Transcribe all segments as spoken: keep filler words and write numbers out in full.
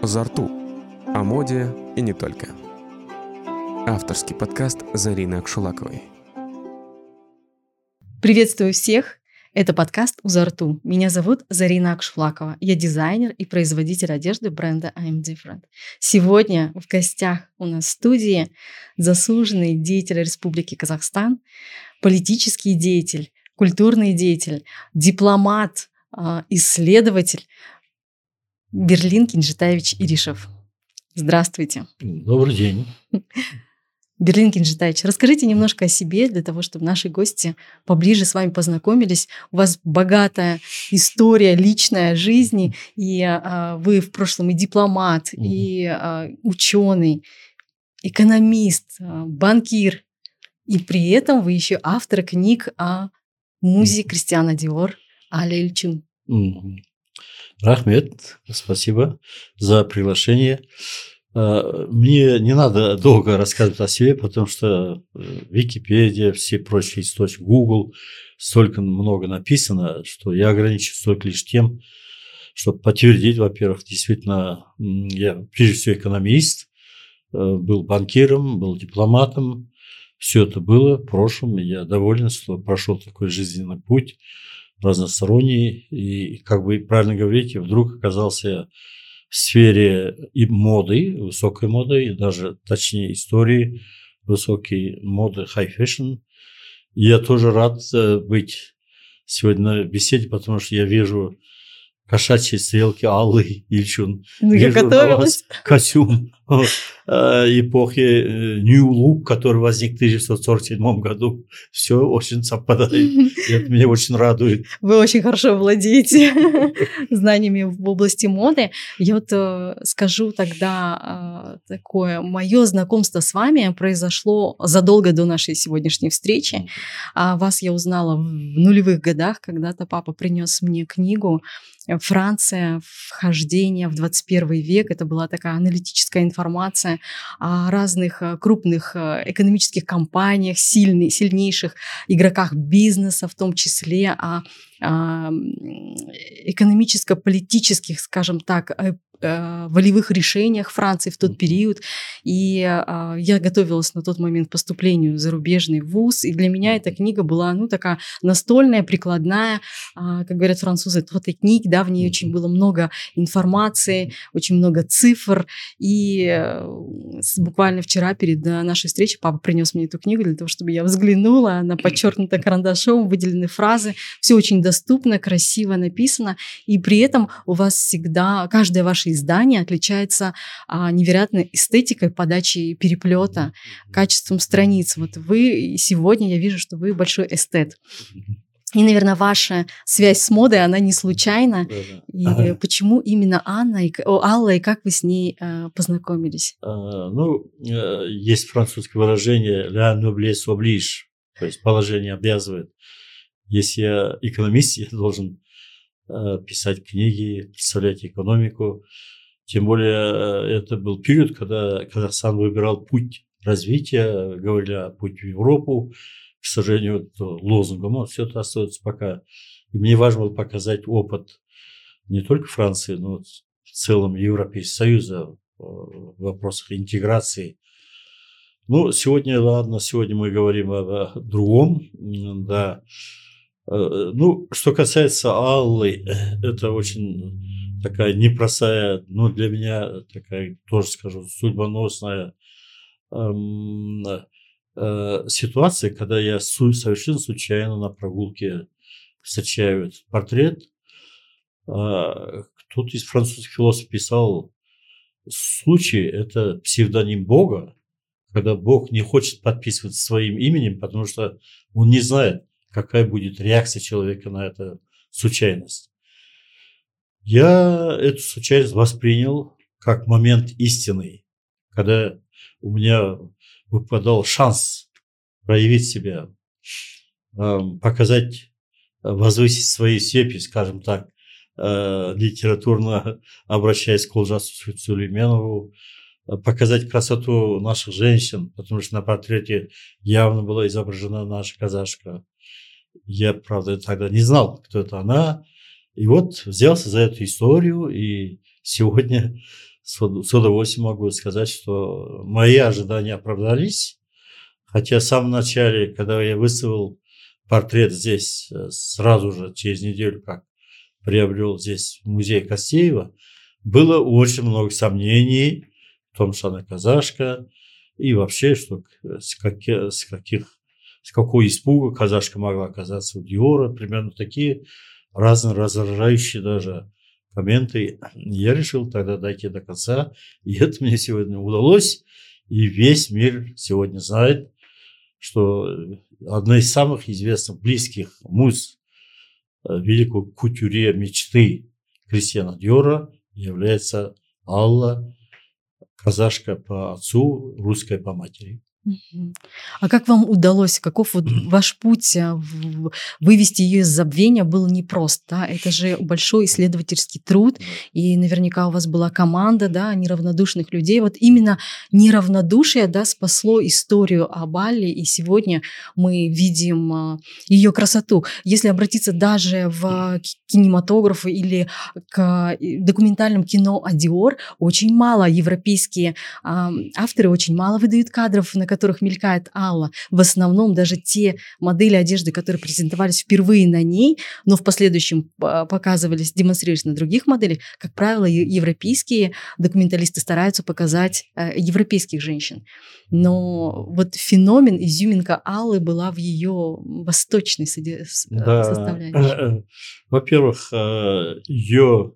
Узарту. О моде и не только. Авторский подкаст Зарины Акшулаковой. Приветствую всех! Это подкаст «Узарту». Меня зовут Зарина Акшулакова. Я дизайнер и производитель одежды бренда I'm Different. Сегодня в гостях у нас в студии заслуженный деятель Республики Казахстан, политический деятель, культурный деятель, дипломат, исследователь Берлин Кенжетаевич Иришев. Здравствуйте. Добрый день. Берлин Кенжетаевич, расскажите немножко о себе, для того, чтобы наши гости поближе с вами познакомились. У вас богатая история личная жизни, и а, вы в прошлом и дипломат, mm-hmm. и а, ученый, экономист, а, банкир, и при этом вы еще автор книг о музе mm-hmm. Кристиана Диор Аля Ильчун. Mm-hmm. Рахмет, спасибо за приглашение. Мне не надо долго рассказывать о себе, потому что Википедия, все прочие источники, Google, столько много написано, что я ограничусь только лишь тем, чтобы подтвердить, во-первых, действительно, я прежде всего экономист, был банкиром, был дипломатом, все это было в прошлом, и я доволен, что прошел такой жизненный путь, разносторонний, и, как вы правильно говорите, вдруг оказался в сфере и моды, высокой моды, и даже, точнее, истории высокой моды, high fashion. И я тоже рад быть сегодня на беседе, потому что я вижу кошачьи стрелки Аллы Ильчун. Ну, я готовилась. Костюм эпохи New Look, который возник в тысяча девятьсот сорок седьмом году. Все очень совпадает. И это меня очень радует. Вы очень хорошо владеете знаниями в области моды. Я вот э, скажу тогда э, такое. Мое знакомство с вами произошло задолго до нашей сегодняшней встречи. А вас я узнала в нулевых годах. Когда-то папа принес мне книгу «Франция. Вхождение в двадцать первый век». Это была такая аналитическая информация о разных крупных экономических компаниях, сильный, сильнейших игроках бизнеса, в том числе о, о экономическо-политических, скажем так, волевых решениях Франции в тот период. И а, я готовилась на тот момент к поступлению в зарубежный вуз, и для меня эта книга была, ну, такая настольная, прикладная, а, как говорят французы, вот и книг, да, в ней очень было много информации, очень много цифр, и а, буквально вчера перед нашей встречей папа принес мне эту книгу для того, чтобы я взглянула, она подчеркнута карандашом, выделены фразы, все очень доступно, красиво написано, и при этом у вас всегда, каждое ваше издание отличается а, невероятной эстетикой подачи переплета, качеством страниц. Вот вы сегодня, я вижу, что вы большой эстет. И, наверное, ваша связь с модой, она не случайна. И ага. Почему именно Анна и, о, Алла, и как вы с ней э, познакомились? А, ну, э, есть французское выражение «la noblesse oblige», то есть положение обязывает. Если я экономист, я должен писать книги, представлять экономику. Тем более это был период, когда Казахстан выбирал путь развития, говорили о пути в Европу. К сожалению, лозунгом, но все это остается пока. И мне важно было показать опыт не только Франции, но в целом Европейского Союза в вопросах интеграции. Ну, сегодня, ладно, сегодня мы говорим о, о другом, да. Ну, что касается Аллы, это очень такая непростая, ну, для меня такая, тоже скажу, судьбоносная эм, э, ситуация, когда я су- совершенно случайно на прогулке встречаю этот портрет. Э, кто-то из французских философов писал, случай – это псевдоним Бога, когда Бог не хочет подписываться своим именем, потому что он не знает, какая будет реакция человека на эту случайность. Я эту случайность воспринял как момент истины, когда у меня выпадал шанс проявить себя, показать, возвысить свои степени, скажем так, литературно обращаясь к Олжасу Сулейменову, показать красоту наших женщин, потому что на портрете явно была изображена наша казашка. Я, правда, тогда не знал, кто это она. И вот взялся за эту историю, и сегодня с удовольствием могу сказать, что мои ожидания оправдались. Хотя в самом начале, когда я выставил портрет здесь, сразу же через неделю, как приобрел здесь музей Кастеева, было очень много сомнений в том, что она казашка, и вообще, что с, каких, с, каких, с какого испуга казашка могла оказаться у Диора. Примерно такие разные раздражающие даже комменты. Я решил тогда дойти до конца, и это мне сегодня удалось. И весь мир сегодня знает, что одна из самых известных, близких муз великого кутюре мечты Кристиана Диора является Алла, казашка по отцу, русская по матери. А как вам удалось, каков вот ваш путь в- вывести ее из забвения был непрост, да? Это же большой исследовательский труд, и наверняка у вас была команда, да, неравнодушных людей. Вот именно неравнодушие, да, спасло историю об Алле, и сегодня мы видим а, ее красоту. Если обратиться даже в к- кинематографы или к э, документальным кино о Диор, очень мало европейские а, авторы очень мало выдают кадров, на которых мелькает Алла. В основном даже те модели одежды, которые презентовались впервые на ней, но в последующем а, показывались, демонстрировались на других моделях, как правило, е- европейские документалисты стараются показать э, европейских женщин. Но вот феномен, изюминка Аллы была в ее восточной соде- с- э, Да, составляющей. во-первых, э, ее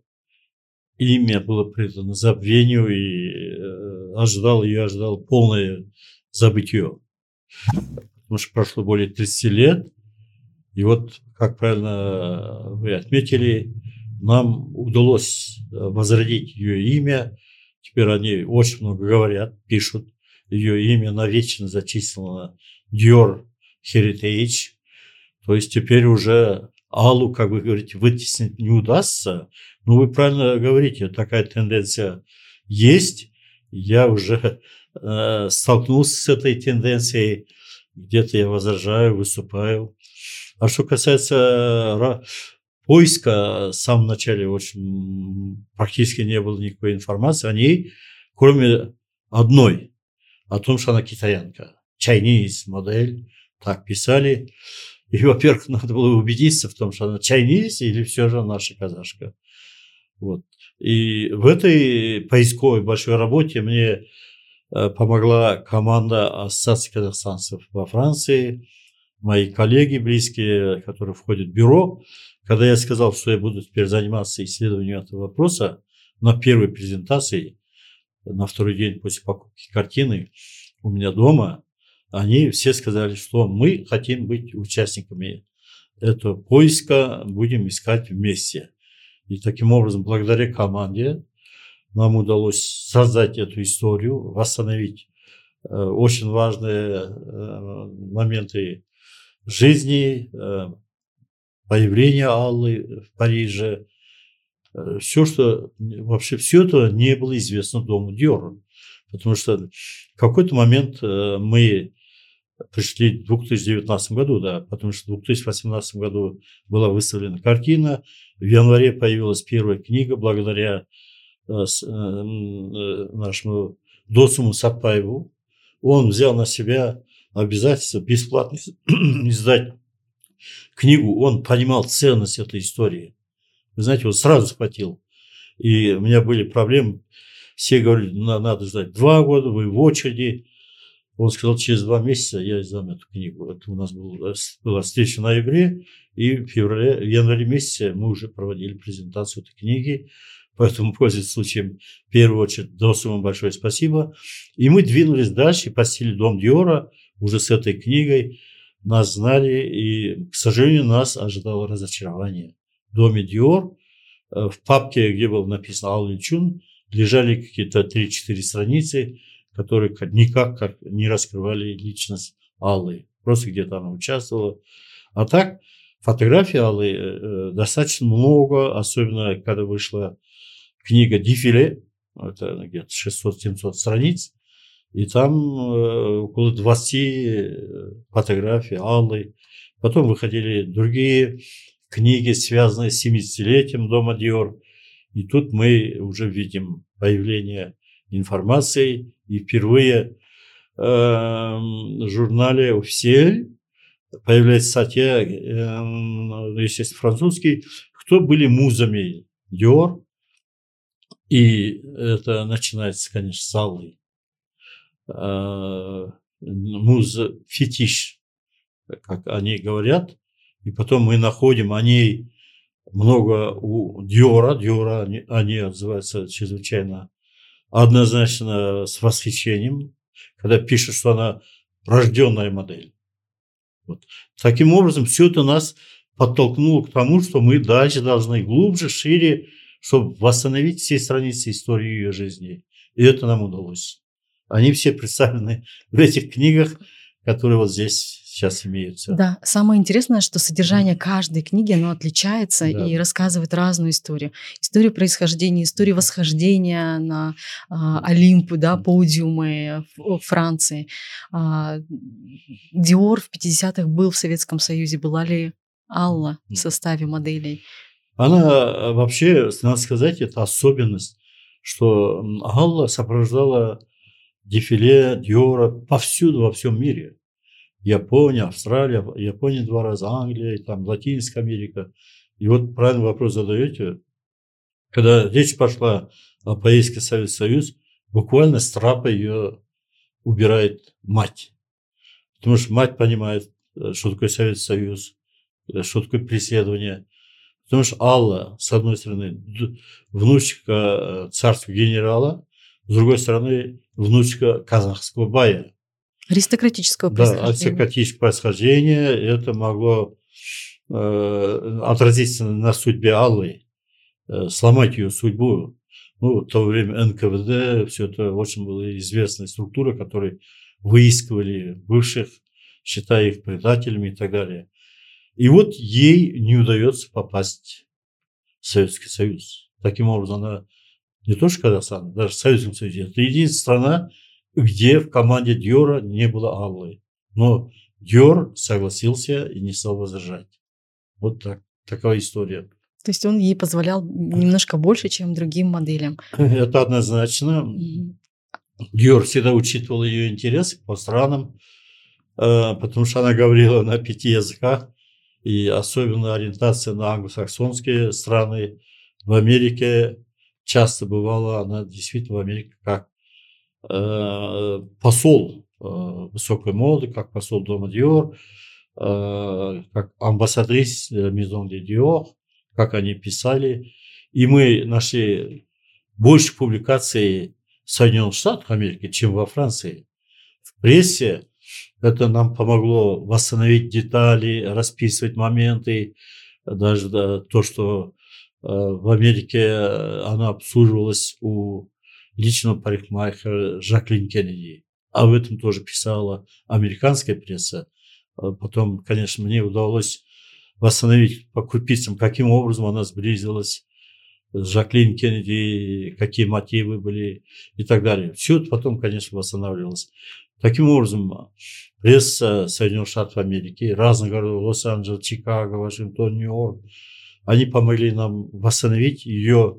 имя было предано забвению, и э, ожидал, ее ожидал полное забытье. Потому что прошло более тридцати лет, и вот, как правильно вы отметили, нам удалось э, возродить ее имя. Теперь они очень много говорят, пишут. Ее имя навечно зачислено Dior Heritage. То есть теперь уже Аллу, как вы говорите, вытеснить не удастся. Но вы правильно говорите, такая тенденция есть. Я уже э, столкнулся с этой тенденцией. Где-то я возражаю, выступаю. А что касается ра- поиска, в самом начале очень практически не было никакой информации о ней, кроме одной, о том, что она китаянка. Chinese модель, так писали. И, во-первых, надо было убедиться в том, что она Chinese или все же наша казашка. Вот. И в этой поисковой большой работе мне э, помогла команда Ассоциации казахстанцев во Франции, мои коллеги близкие, которые входят в бюро. Когда я сказал, что я буду теперь заниматься исследованием этого вопроса, на первой презентации, на второй день после покупки картины у меня дома, они все сказали, что мы хотим быть участниками этого поиска, будем искать вместе. И таким образом, благодаря команде, нам удалось создать эту историю, восстановить э, очень важные э, моменты жизни, э, появления Аллы в Париже. Э, все, что вообще все это не было известно дому Диора. Потому что в какой-то момент э, мы пришли в две тысячи девятнадцатом году, да, потому что в две тысячи восемнадцатом году была выставлена картина, в январе появилась первая книга благодаря э, с, э, нашему Досуму Сатпаеву. Он взял на себя обязательство бесплатно издать книгу. Он понимал ценность этой истории. Вы знаете, вот сразу схватил. И у меня были проблемы. Все говорили, надо ждать два года, вы в очереди. Он сказал, через два месяца я издам эту книгу. Это у нас был, была встреча в ноябре, и в феврале, в январе месяце мы уже проводили презентацию этой книги. Поэтому, пользуясь случаем, в первую очередь, Досуму большое спасибо. И мы двинулись дальше, посетили дом Диора уже с этой книгой. Нас знали, и, к сожалению, нас ожидало разочарование. В доме Диор, в папке, где было написано Алла Чун, лежали какие-то три-четыре страницы, которые никак не раскрывали личность Аллы. Просто где-то она участвовала. А так, фотографий Аллы э, достаточно много, особенно когда вышла книга «Дефиле», это где-то шестьсот-семьсот страниц, и там э, около двадцати фотографий Аллы. Потом выходили другие книги, связанные с семидесятилетием дома Диор. И тут мы уже видим появление информации. И впервые э, в журнале «Офисель» появляется статья, э, естественно, французский, кто были музами Диор. И это начинается, конечно, с Аллы. Э, муза фетиш, как они говорят. И потом мы находим о ней много у Диора. Диора, они, они отзываются чрезвычайно однозначно с восхищением, когда пишут, что она рожденная модель. Вот. Таким образом, все это нас подтолкнуло к тому, что мы дальше должны глубже, шире, чтобы восстановить все страницы истории ее жизни. И это нам удалось. Они все представлены в этих книгах, которые вот здесь сейчас имеются. Да, самое интересное, что содержание каждой книги, оно отличается Да. и рассказывает разную историю. Историю происхождения, историю восхождения на а, Олимпу, да, подиумы в Франции. А, Диор в пятидесятых был в Советском Союзе. Была ли Алла в составе моделей? Она вообще, надо сказать, это особенность, что Алла сопровождала дефиле Диора повсюду во всем мире. Япония, Австралия, Япония два раза, Англия, и там Латинская Америка. И вот правильный вопрос задаете. Когда речь пошла о поездке в Советский Союз, буквально с трапа ее убирает мать. Потому что мать понимает, что такое Советский Союз, что такое преследование. Потому что Алла, с одной стороны, внучка царского генерала, с другой стороны, внучка казахского бая. Аристократического Да, происхождения. аристократическое происхождение. Это могло э, отразиться на судьбе Аллы, э, сломать ее судьбу. Ну, в то время эн ка вэ дэ, все это очень была известная структура, которые выискивали бывших, считая их предателями и так далее. И вот ей не удается попасть в Советский Союз. Таким образом, она не то что Казахстан, даже в Советском Союзе. Это единственная страна, где в команде Диора не было Аллы. Но Диор согласился и не стал возражать. Вот так, такая история. То есть он ей позволял немножко больше, чем другим моделям. Это однозначно. Mm-hmm. Диор всегда учитывал ее интересы по странам, потому что она говорила на пяти языках, и особенно ориентация на англосаксонские страны. В Америке часто бывала она действительно в Америке как э, посол э, высокой моды, как посол дома Диор, э, как амбассадрис Maison de Dior, как они писали. И мы нашли больше публикаций в Соединенных Штатах Америки, чем во Франции. В прессе это нам помогло восстановить детали, расписывать моменты, даже да, то, что э, в Америке она обслуживалась у личного парикмахера Жаклин Кеннеди. Об этом тоже писала американская пресса. Потом, конечно, мне удалось восстановить по крупицам, каким образом она сблизилась с Жаклин Кеннеди, какие мотивы были и так далее. Все это потом, конечно, восстанавливалось. Таким образом, пресса Соединенных Штатов Америки, разных городов, Лос-Анджелес, Чикаго, Вашингтон, Нью-Йорк, они помогли нам восстановить ее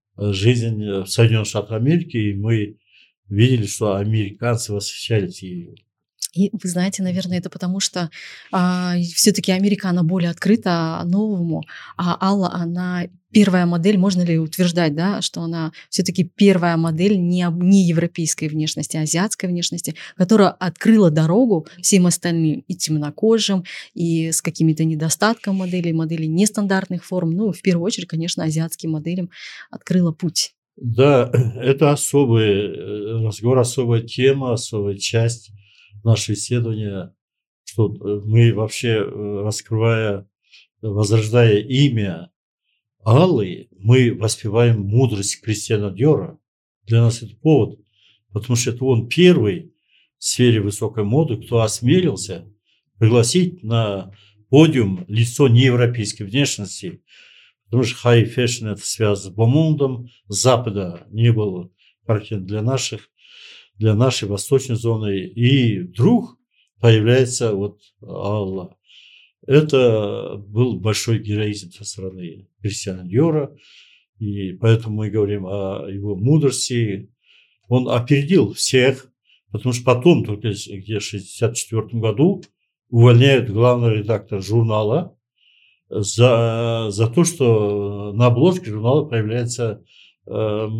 жизнь в Соединенных Штатах Америки, и мы видели, что американцы восхищались ею. И вы знаете, наверное, это потому, что а, все-таки Америка, она более открыта новому, а Алла, она первая модель, можно ли утверждать, да, что она все-таки первая модель не, не европейской внешности, а азиатской внешности, которая открыла дорогу всем остальным, и темнокожим, и с какими-то недостатками моделей, моделей нестандартных форм, ну, в первую очередь, конечно, азиатским моделям открыла путь. Да, это особый разговор, особая тема, особая часть нашего исследования, что мы вообще, раскрывая, возрождая имя Аллы, мы воспеваем мудрость Кристиана Диора. Для нас это повод, потому что это он первый в сфере высокой моды, кто осмелился пригласить на подиум лицо неевропейской внешности, потому что high fashion это связано с бомондом, с Запада не было характерно для наших, для нашей восточной зоны. И вдруг появляется вот Алла. Это был большой героизм со стороны Кристиана Диора. И поэтому мы говорим о его мудрости. Он опередил всех, потому что потом, только где в шестьдесят четвёртом году, увольняют главного редактора журнала за, за то, что на обложке журнала появляется э,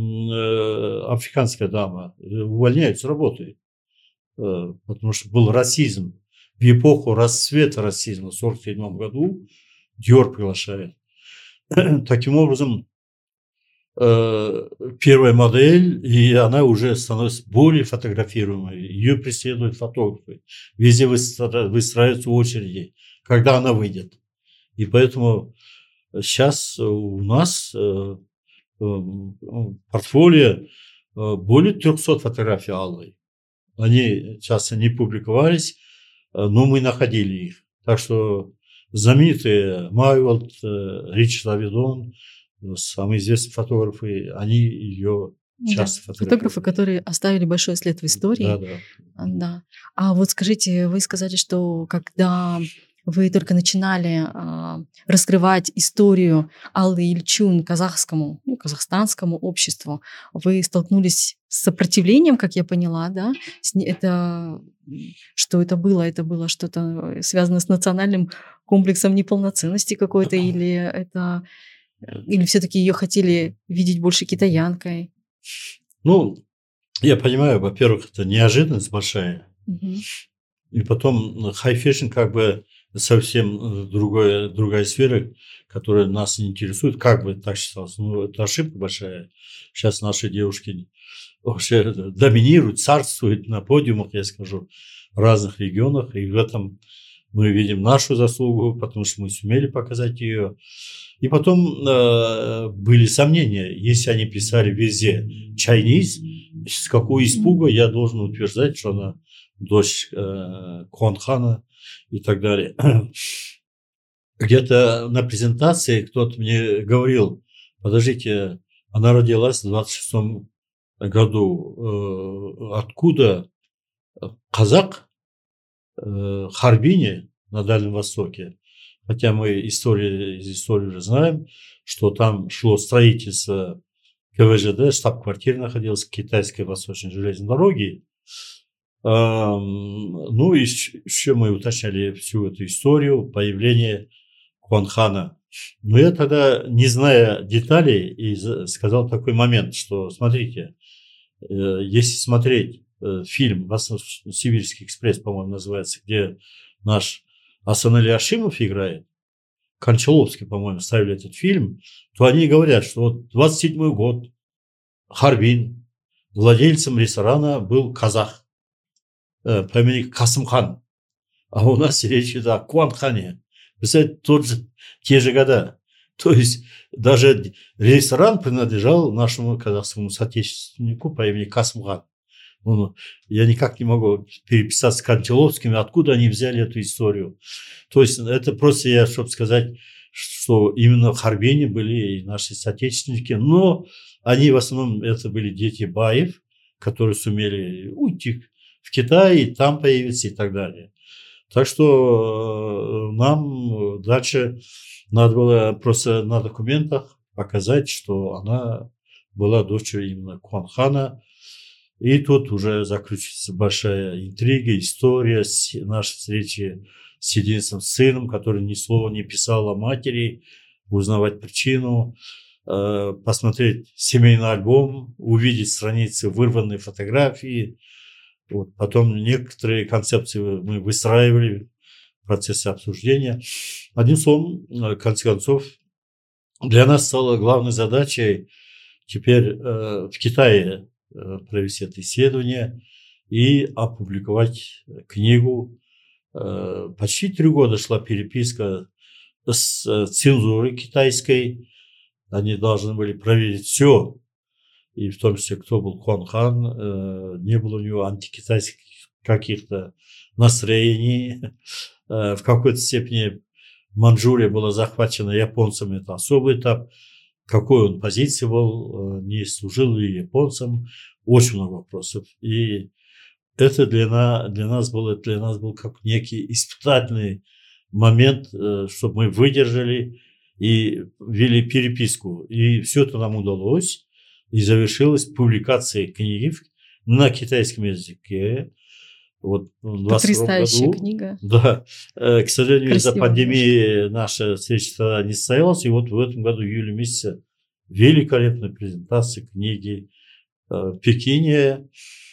э, африканская дама. Увольняют с работы, э, потому что был расизм. В эпоху расцвета расизма в сорок седьмом году Диор приглашает. Таким образом, э, первая модель, и она уже становится более фотографируемой. Ее преследуют фотографы. Везде выстра- выстраиваются очереди, когда она выйдет. И поэтому сейчас у нас э, э, в портфолио э, более трехсот фотографий Аллы. Они часто не публиковались, но мы находили их. Так что знаменитые Майволд, Ричард Авидон, самые известные фотографы, они ее часто Да. фотографируют. Фотографы, которые оставили большой след в истории. Да, да. Да. А вот скажите, вы сказали, что когда вы только начинали а, раскрывать историю Аллы Ильчун казахскому, ну, казахстанскому обществу, вы столкнулись с сопротивлением, как я поняла, да? С не- Это, что это было? Это было что-то связано с национальным комплексом неполноценности какой-то, или это, или все-таки ее хотели видеть больше китаянкой? Ну, я понимаю, во-первых, это неожиданность большая. Мгм. И потом хай-фэшн как бы совсем другая, другая сфера, которая нас не интересует, как бы так считалось. Ну, это ошибка большая. Сейчас наши девушки вообще доминируют, царствуют на подиумах, я скажу, в разных регионах. И в этом мы видим нашу заслугу, потому что мы сумели показать ее. И потом э, были сомнения, если они писали везде Chinese, с какого испуга я должен утверждать, что она дочь э, Куанхана и так далее. Где-то на презентации кто-то мне говорил, подождите, она родилась в двадцать шестом году. Э, откуда казак э, в Харбине на Дальнем Востоке? Хотя мы истории, из истории уже знаем, что там шло строительство КВЖД, штаб-квартира находилась Китайской Восточной железной дороги. Ну и еще мы уточняли всю эту историю появления Куанхана. Но я тогда, не зная деталей, и сказал такой момент, что смотрите, если смотреть фильм «Сибирский экспресс», по-моему, называется, где наш Асанали Ашимов играет, Кончаловский, по-моему, ставили этот фильм, то они говорят, что вот двадцать седьмой год, Харбин, владельцем ресторана был казах по имени Касымхан. А у нас речь идет о Куанхане. Представляете, тот же, те же года. То есть даже ресторан принадлежал нашему казахскому соотечественнику по имени Касымхан. Ну, я никак не могу переписаться с Кончаловским, откуда они взяли эту историю. То есть это просто я, чтобы сказать, что именно в Харбине были и наши соотечественники, но они в основном это были дети баев, которые сумели уйти в Китай, и там появиться и так далее. Так что нам дальше надо было просто на документах показать, что она была дочерью именно Куанхана. И тут уже заключится большая интрига, история нашей встречи с единственным сыном, который ни слова не писал о матери, узнавать причину, посмотреть семейный альбом, увидеть страницы вырванные фотографии. Вот. Потом некоторые концепции мы выстраивали в процессе обсуждения. Одним словом, в конце концов, для нас стала главной задачей теперь э, в Китае э, провести это исследование и опубликовать книгу. Э, почти три года шла переписка с э, цензурой китайской. Они должны были проверить все, и в том числе, кто был Куанхан, э, не было у него антикитайских каких-то настроений. Э, в какой-то степени Манчжурия была захвачена японцами, это особый этап. Какой он позиции был, э, не служил ли японцам, очень много вопросов. И это для, на, для нас было, для нас был как некий испытательный момент, э, чтобы мы выдержали и вели переписку. И все это нам удалось. И завершилась публикацией книги на китайском языке. Вот в двадцать втором году. Книга. Да. К сожалению, из-за пандемии даже. наша встреча тогда не состоялась. И вот в этом году, в июле месяце, великолепная презентация книги в Пекине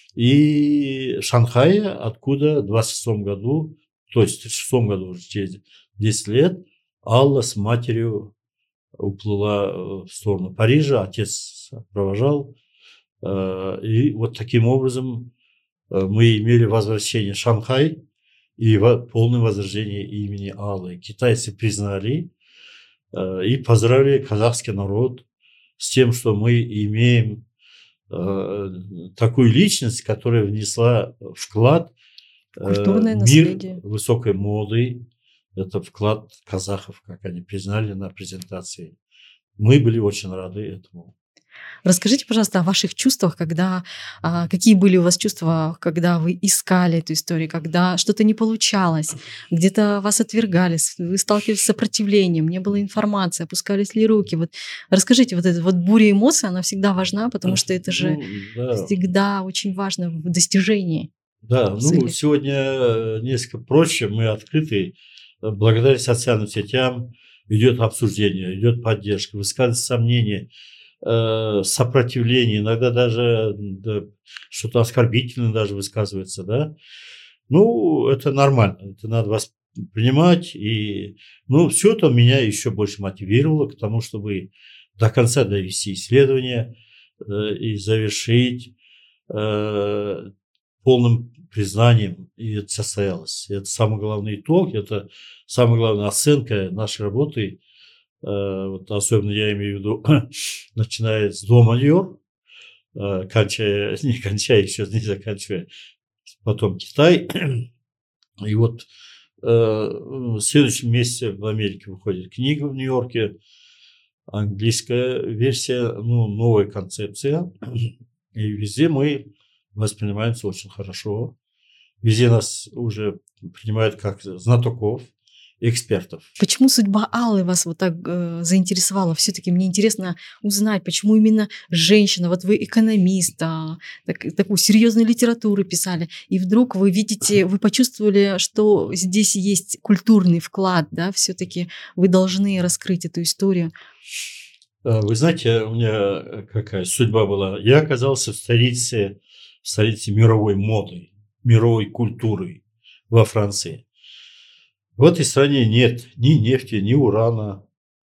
и Шанхае, откуда в двадцать шестом году, то есть в тридцать шестом году, уже через десять лет, Алла с матерью уплыла в сторону Парижа, отец провожал. И вот таким образом мы имели возвращение Шанхай и полное возрождение имени Аллы. Китайцы признали и поздравили казахский народ с тем, что мы имеем такую личность, которая внесла вклад культурное в наследие. Мир высокой моды. Это вклад казахов, как они признали на презентации. Мы были очень рады этому. Расскажите, пожалуйста, о ваших чувствах, когда а, какие были у вас чувства, когда вы искали эту историю, когда что-то не получалось, где-то вас отвергали, вы сталкивались с сопротивлением, не было информации, опускались ли руки. Вот расскажите, вот эта вот буря эмоций, она всегда важна, потому что это же ну, да. всегда очень важно в достижении. Да, цели. Ну сегодня несколько проще, мы открыты. Благодаря социальным сетям идет обсуждение, идет поддержка, высказываются сомнения, э, сопротивление, иногда даже да, что-то оскорбительное даже высказывается, да. Ну, это нормально, это надо воспринимать. И, ну, все это меня еще больше мотивировало к тому, чтобы до конца довести исследование э, и завершить э, полным признанием, и это состоялось. Это самый главный итог, это самая главная оценка нашей работы. Вот особенно я имею в виду, начиная с дома Нью-Йорк, кончая, не кончая, еще не заканчивая, потом Китай. И вот в следующем месяце в Америке выходит книга в Нью-Йорке, английская версия, ну, новая концепция. И везде мы воспринимаемся очень хорошо. Везде нас уже принимают как знатоков, экспертов. Почему судьба Аллы вас вот так э, заинтересовала? Все-таки мне интересно узнать, почему именно женщина, вот вы экономист, а, так, такую серьезную литературу писали, и вдруг вы видите, вы почувствовали, что здесь есть культурный вклад, да, все-таки вы должны раскрыть эту историю. Вы знаете, у меня какая судьба была? Я оказался в столице, в столице мировой моды, мировой культуры во Франции. В этой стране нет ни нефти, ни урана,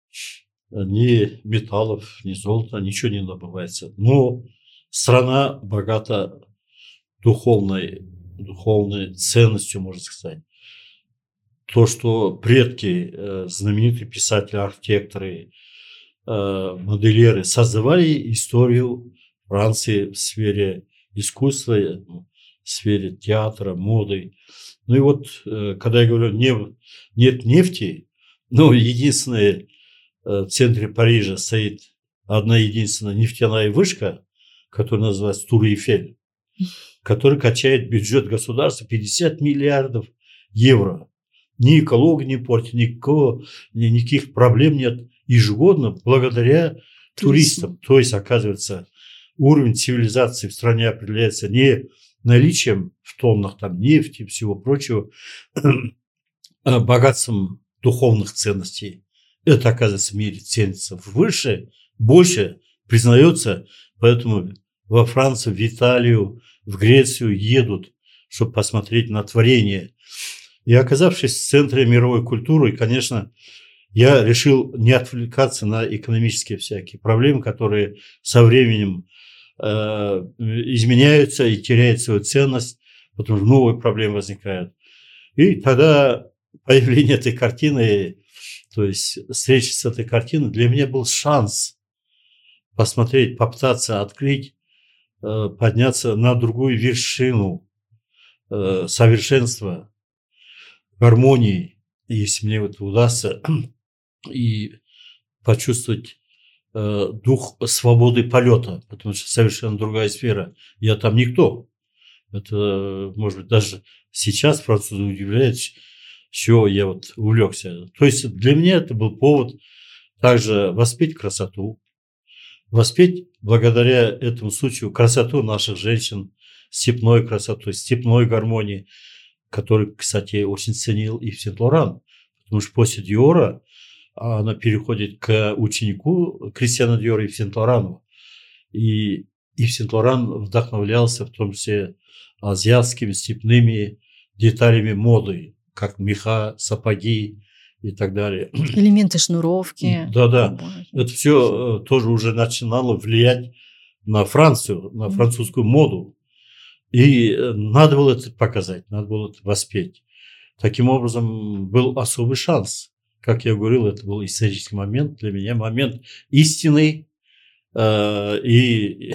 ни металлов, ни золота, ничего не добывается. Но страна богата духовной, духовной ценностью, можно сказать. То, что предки, знаменитые писатели, архитекторы, модельеры создавали историю Франции в сфере искусства, в сфере театра, моды. Ну и вот, когда я говорю, не, нет нефти, но единственное, в центре Парижа стоит одна единственная нефтяная вышка, которая называется Тур Эйфель, которая качает бюджет государства пятьдесят миллиардов евро. Ни экологии не портит, никакого, никаких проблем нет. Ежегодно благодаря туристам. То есть, оказывается, уровень цивилизации в стране определяется не наличием в тоннах там нефти и всего прочего, а богатством духовных ценностей. Это, оказывается, в мире ценится выше, больше признается. Поэтому во Францию, в Италию, в Грецию едут, чтобы посмотреть на творение. И оказавшись в центре мировой культуры, конечно, я решил не отвлекаться на экономические всякие проблемы, которые со временем э, изменяются и теряют свою ценность, потому что новые проблемы возникают. И тогда появление этой картины, то есть встреча с этой картиной, для меня был шанс посмотреть, попытаться открыть, э, подняться на другую вершину э, совершенства, гармонии. И если мне это удастся, и почувствовать э, дух свободы полета, потому что совершенно другая сфера. Я там никто. Это, может быть, даже сейчас французы удивляют, с чего я вот увлекся. То есть для меня это был повод также воспеть красоту, воспеть благодаря этому случаю красоту наших женщин, степной красотой, степной гармонии, который, кстати, очень ценил Ив Сен-Лоран, потому что после Диора она переходит к ученику Кристиана Диора Ив Сен-Лорану. И Ив Сен-Лоран вдохновлялся в том числе азиатскими степными деталями моды, как меха, сапоги и так далее. Элементы шнуровки. Да-да. Это все тоже уже начинало влиять на Францию, на французскую моду. И надо было это показать, надо было это воспеть. Таким образом, был особый шанс. Как я говорил, это был исторический момент для меня, момент истины. И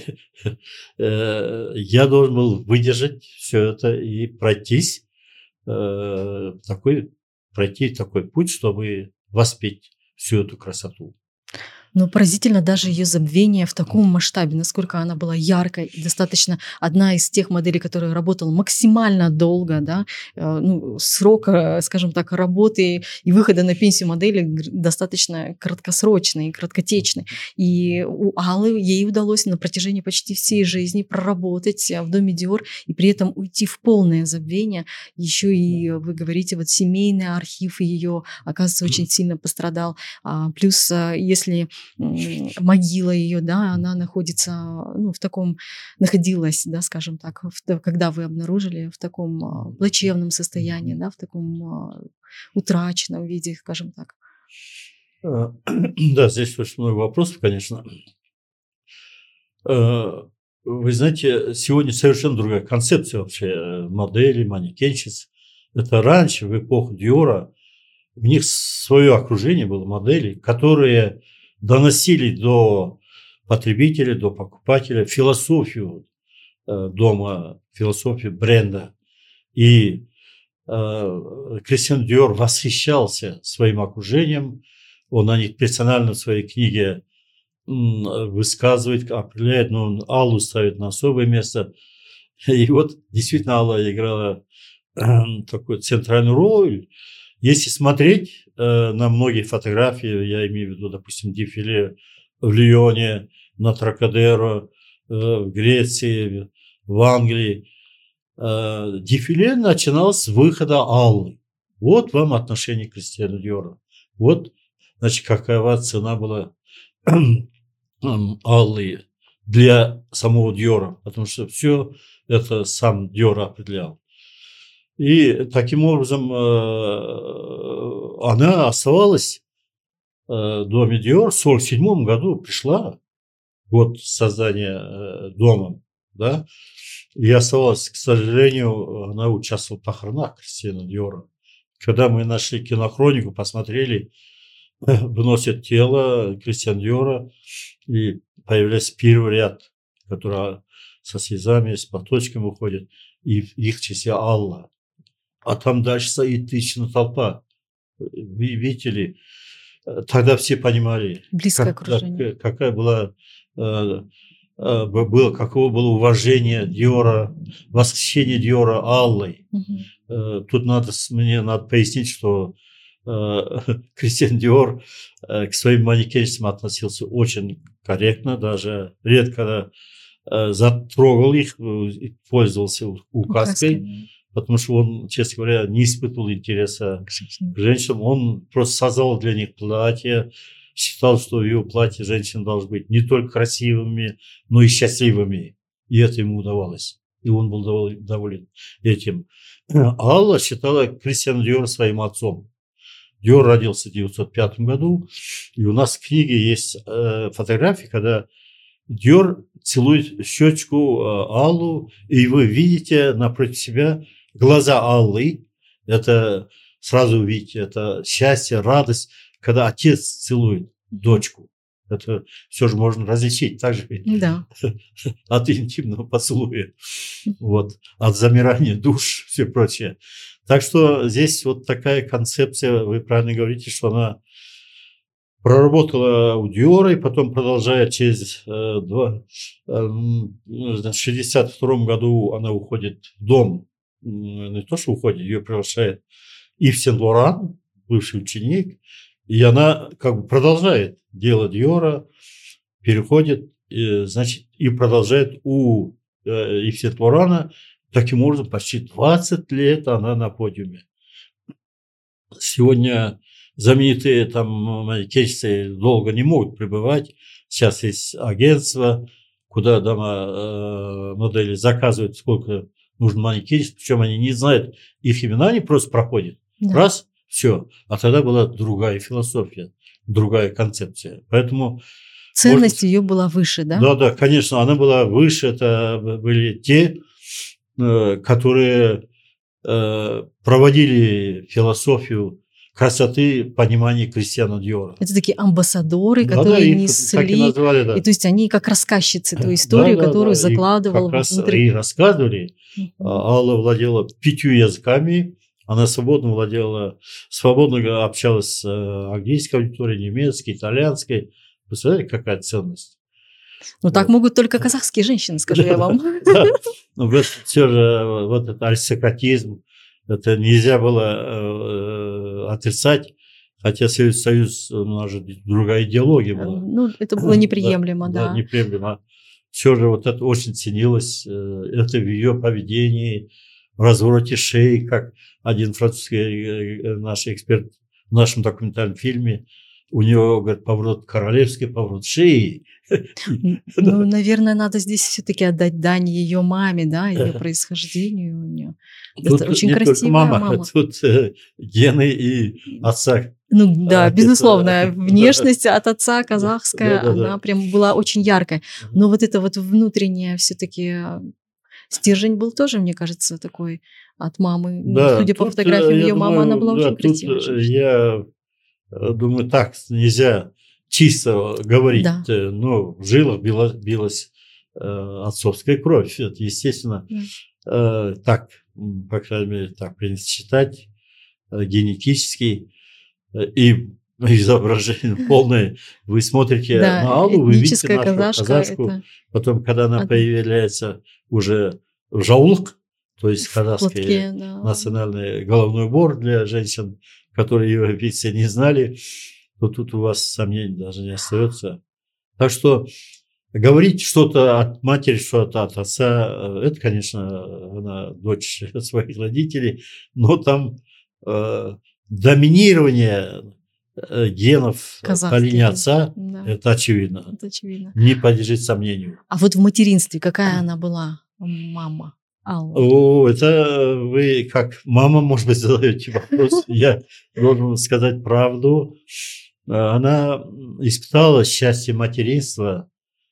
я должен был выдержать все это и пройтись такой, пройти такой путь, чтобы воспеть всю эту красоту. Но поразительно даже ее забвение в таком масштабе, насколько она была яркой и достаточно одна из тех моделей, которая работала максимально долго, да, ну, срок, скажем так, работы и выхода на пенсию модели достаточно краткосрочный и краткотечный. И у Аллы ей удалось на протяжении почти всей жизни проработать в доме Диор и при этом уйти в полное забвение. Еще и, вы говорите, вот семейный архив ее, оказывается, очень сильно пострадал. Плюс, если могила ее, да, она находится, ну, в таком, находилась, да, скажем так, в, когда вы обнаружили, в таком а, плачевном состоянии, да, в таком а, утраченном виде, скажем так. Да, здесь очень много вопросов, конечно. Вы знаете, сегодня совершенно другая концепция вообще модели, манекенщиц. Это раньше, в эпоху Диора, у них свое окружение было моделей, которые доносили до потребителя, до покупателя философию э, дома, философию бренда. И э, Кристиан Диор восхищался своим окружением. Он о них персонально в своей книге м, высказывает, определяет, но он Аллу ставит на особое место. И вот действительно Алла играла э, такую центральную роль. Если смотреть э, на многие фотографии, я имею в виду, допустим, дефиле в Лионе, на Трокадеро, э, в Греции, в Англии, э, дефиле начиналось с выхода Аллы. Вот вам отношение к Кристиану Диору. Вот, значит, какова цена была Аллы для самого Диора, потому что все это сам Диор определял. И таким образом она оставалась в доме Диор. В сорок седьмом году пришла, год создания дома, да, и оставалась, к сожалению, она участвовала в похоронах Кристиана Диора. Когда мы нашли кинохронику, посмотрели, выносят тело Кристиана Диора, и появляется первый ряд, который со слезами, с платочком выходит, и в их числе Алла. А там дальше стоит тысячная толпа. Вы видите ли, тогда все понимали, близкое как, окружение. Как, какая была, э, э, было, каково было уважение Диора, восхищение Диора Аллой. Угу. Э, тут надо, мне надо пояснить, что э, Кристиан Диор э, к своим манекенщицам относился очень корректно, даже редко э, затрогал их, э, пользовался указкой. Указкой. Потому что он, честно говоря, не испытывал интереса к женщинам. Он просто создал для них платье, считал, что в его платье женщины должны быть не только красивыми, но и счастливыми. И это ему удавалось. И он был доволен этим. Алла считала Кристиана Диора своим отцом. Диор родился в девятьсот пятом году. И у нас в книге есть э, фотографии, когда Диор целует щечку э, Аллу, и вы видите напротив себя глаза Аллы. Это сразу увидите, это счастье, радость, когда отец целует дочку. Это все же можно различить также да. от интимного поцелуя, вот, от замирания душ, все прочее. Так что здесь вот такая концепция, вы правильно говорите, что она проработала у Диора, и потом продолжает через э, два, э, в шестьдесят втором году она уходит в дом. Не то, что уходит, ее приглашает Ив Сен-Лоран, бывший ученик, И она как бы продолжает дело Диора, переходит, и, значит, и продолжает у э, Ив Сен-Лорана. Таким образом, почти двадцать лет она на подиуме. Сегодня знаменитые там манекенщицы долго не могут пребывать. Сейчас есть агентство, куда дома э, модели заказывают, сколько нужно манекенщиц, причем они не знают их имена, они просто проходят. Да. Раз, все. А тогда была другая философия, другая концепция. Поэтому ценность может, ее была выше, да? Да, да, конечно, она была выше. Это были те, э, которые э, проводили философию красоты, понимания Кристиана Диора. Это такие амбассадоры, да, которые да, несли. Так и назвали, да. И то есть они как рассказчицы ту историю, да, да, которую да. закладывал и как внутри. Раз, и рассказывали. Uh-huh. Алла владела пятью языками. Она свободно владела, свободно общалась с английской аудиторией, немецкой, итальянской. Представляете, какая ценность? Ну, вот. Так могут только казахские женщины, скажу я вам. Но все же вот этот аристократизм, это нельзя было отрицать, хотя Советский Союз, у нас же другая идеология была. Ну, это было неприемлемо, да. Да, неприемлемо. Все же вот это очень ценилось, это в ее поведении, в развороте шеи, как один французский наш эксперт в нашем документальном фильме, у него, говорит, поворот королевский, поворот шеи. Ну, наверное, надо здесь все-таки отдать дань ее маме, да, ее происхождению. У нее тут очень не красивая только мама, мама. Тут э, гены и отца. Ну да, а, безусловно, это... внешность от отца казахская, да, да, она да. прям была очень яркой. Но вот это вот внутреннее все-таки стержень был тоже, мне кажется, такой от мамы. Да, судя по фотографиям ее мамы, она была да, очень красивая. Я думаю, так нельзя чисто говорить, да. но в жилах билась, билась э, отцовская кровь. Это, естественно, да. э, так, по крайней мере, так принято считать, э, генетически. Э, и изображение полное. Вы смотрите да, на Аллу, вы видите нашу казашка, казашку. Это... Потом, когда она Одна. появляется уже в жаулык, то есть казахский да. национальный головной убор для женщин, которые европейцы не знали, то тут у вас сомнений даже не остается. Так что говорить что-то от матери, что-то от отца, это, конечно, она дочь своих родителей, но там э, доминирование генов по линии отца, да. это очевидно. Это очевидно. Не подлежит сомнению. А вот в материнстве какая она была, мама? Алла. О, это вы как мама, может быть, задаете вопрос. Я должен сказать правду. Она испытала счастье материнства.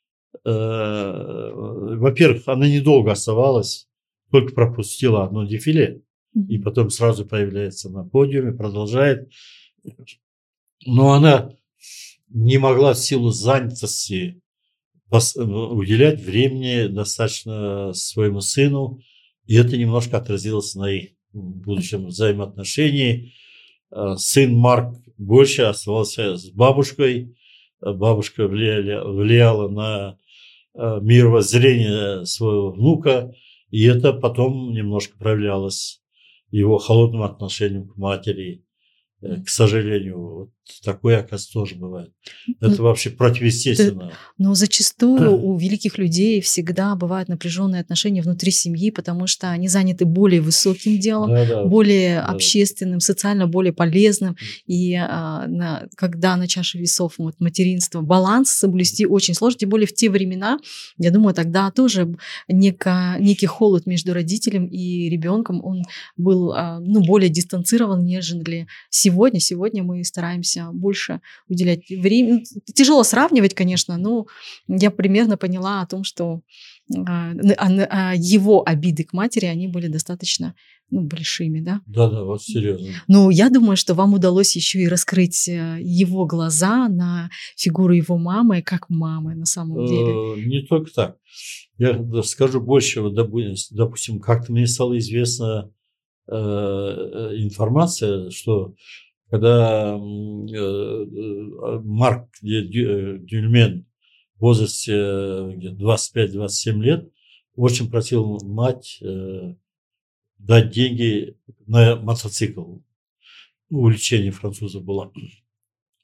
Во-первых, она недолго оставалась, только пропустила одно дефиле, и потом сразу появляется на подиуме, продолжает. Но она не могла в силу занятости уделять времени достаточно своему сыну, и это немножко отразилось на их будущем взаимоотношении. Сын Марк больше оставался с бабушкой, бабушка влияла, влияла на мировоззрение своего внука, и это потом немножко проявлялось его холодным отношением к матери. К сожалению, вот такое, оказывается, тоже бывает. Это ну, вообще противоестественно. Но зачастую у великих людей всегда бывают напряженные отношения внутри семьи, потому что они заняты более высоким делом, да, да, более да. общественным, социально более полезным. И а, на, когда на чаше весов вот, материнства баланс соблюсти очень сложно, тем более в те времена, я думаю, тогда тоже неко, некий холод между родителем и ребенком, он был а, ну, более дистанцирован, нежели сегодня. Сегодня мы стараемся больше уделять время. Тяжело сравнивать, конечно, но я примерно поняла о том, что а, а, его обиды к матери, они были достаточно ну, большими, да? Да-да, вот серьезно. Но я думаю, что вам удалось еще и раскрыть его глаза на фигуру его мамы, как мамы на самом деле. Не только так. Я скажу больше. Вот, допустим, как-то мне стало известно э, информация, что когда э, Марк Дюльмен в возрасте двадцать пять - двадцать семь лет очень просил мать э, дать деньги на мотоцикл. Увлечение французов было.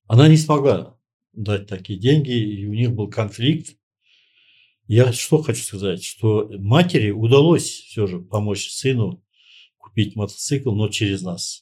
Она не смогла дать такие деньги, и у них был конфликт. Я что хочу сказать, что матери удалось все же помочь сыну купить мотоцикл, но через нас.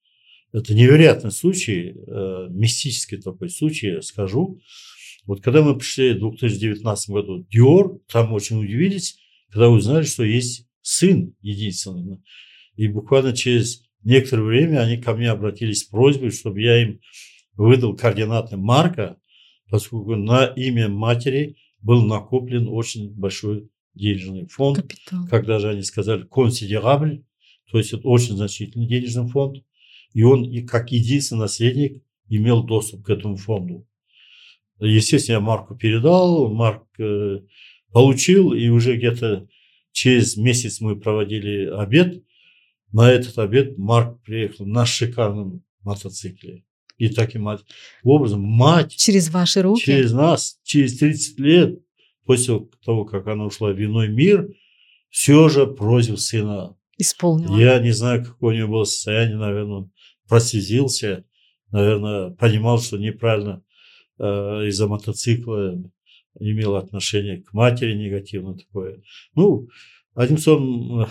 Это невероятный случай, э, мистический такой случай, скажу. Вот когда мы пришли в две тысячи девятнадцатом году в Dior, там очень удивились, когда узнали, что есть сын единственный. И буквально через некоторое время они ко мне обратились с просьбой, чтобы я им выдал координаты Марка, поскольку на имя матери был накоплен очень большой денежный фонд. Капитал. Когда же они сказали «considérable», то есть это очень значительный денежный фонд. И он, и как единственный наследник, имел доступ к этому фонду. Естественно, я Марку передал, Марк э, получил, и уже где-то через месяц мы проводили обед. На этот обед Марк приехал на шикарном мотоцикле. И таким образом мать... Через ваши руки? Через нас, через тридцать лет, после того, как она ушла в иной мир, все же просьбу сына исполнила. Я не знаю, какое у него было состояние, наверное, он прослезился, наверное, понимал, что неправильно э, из-за мотоцикла имел отношение к матери негативно такое. Ну, одним словом,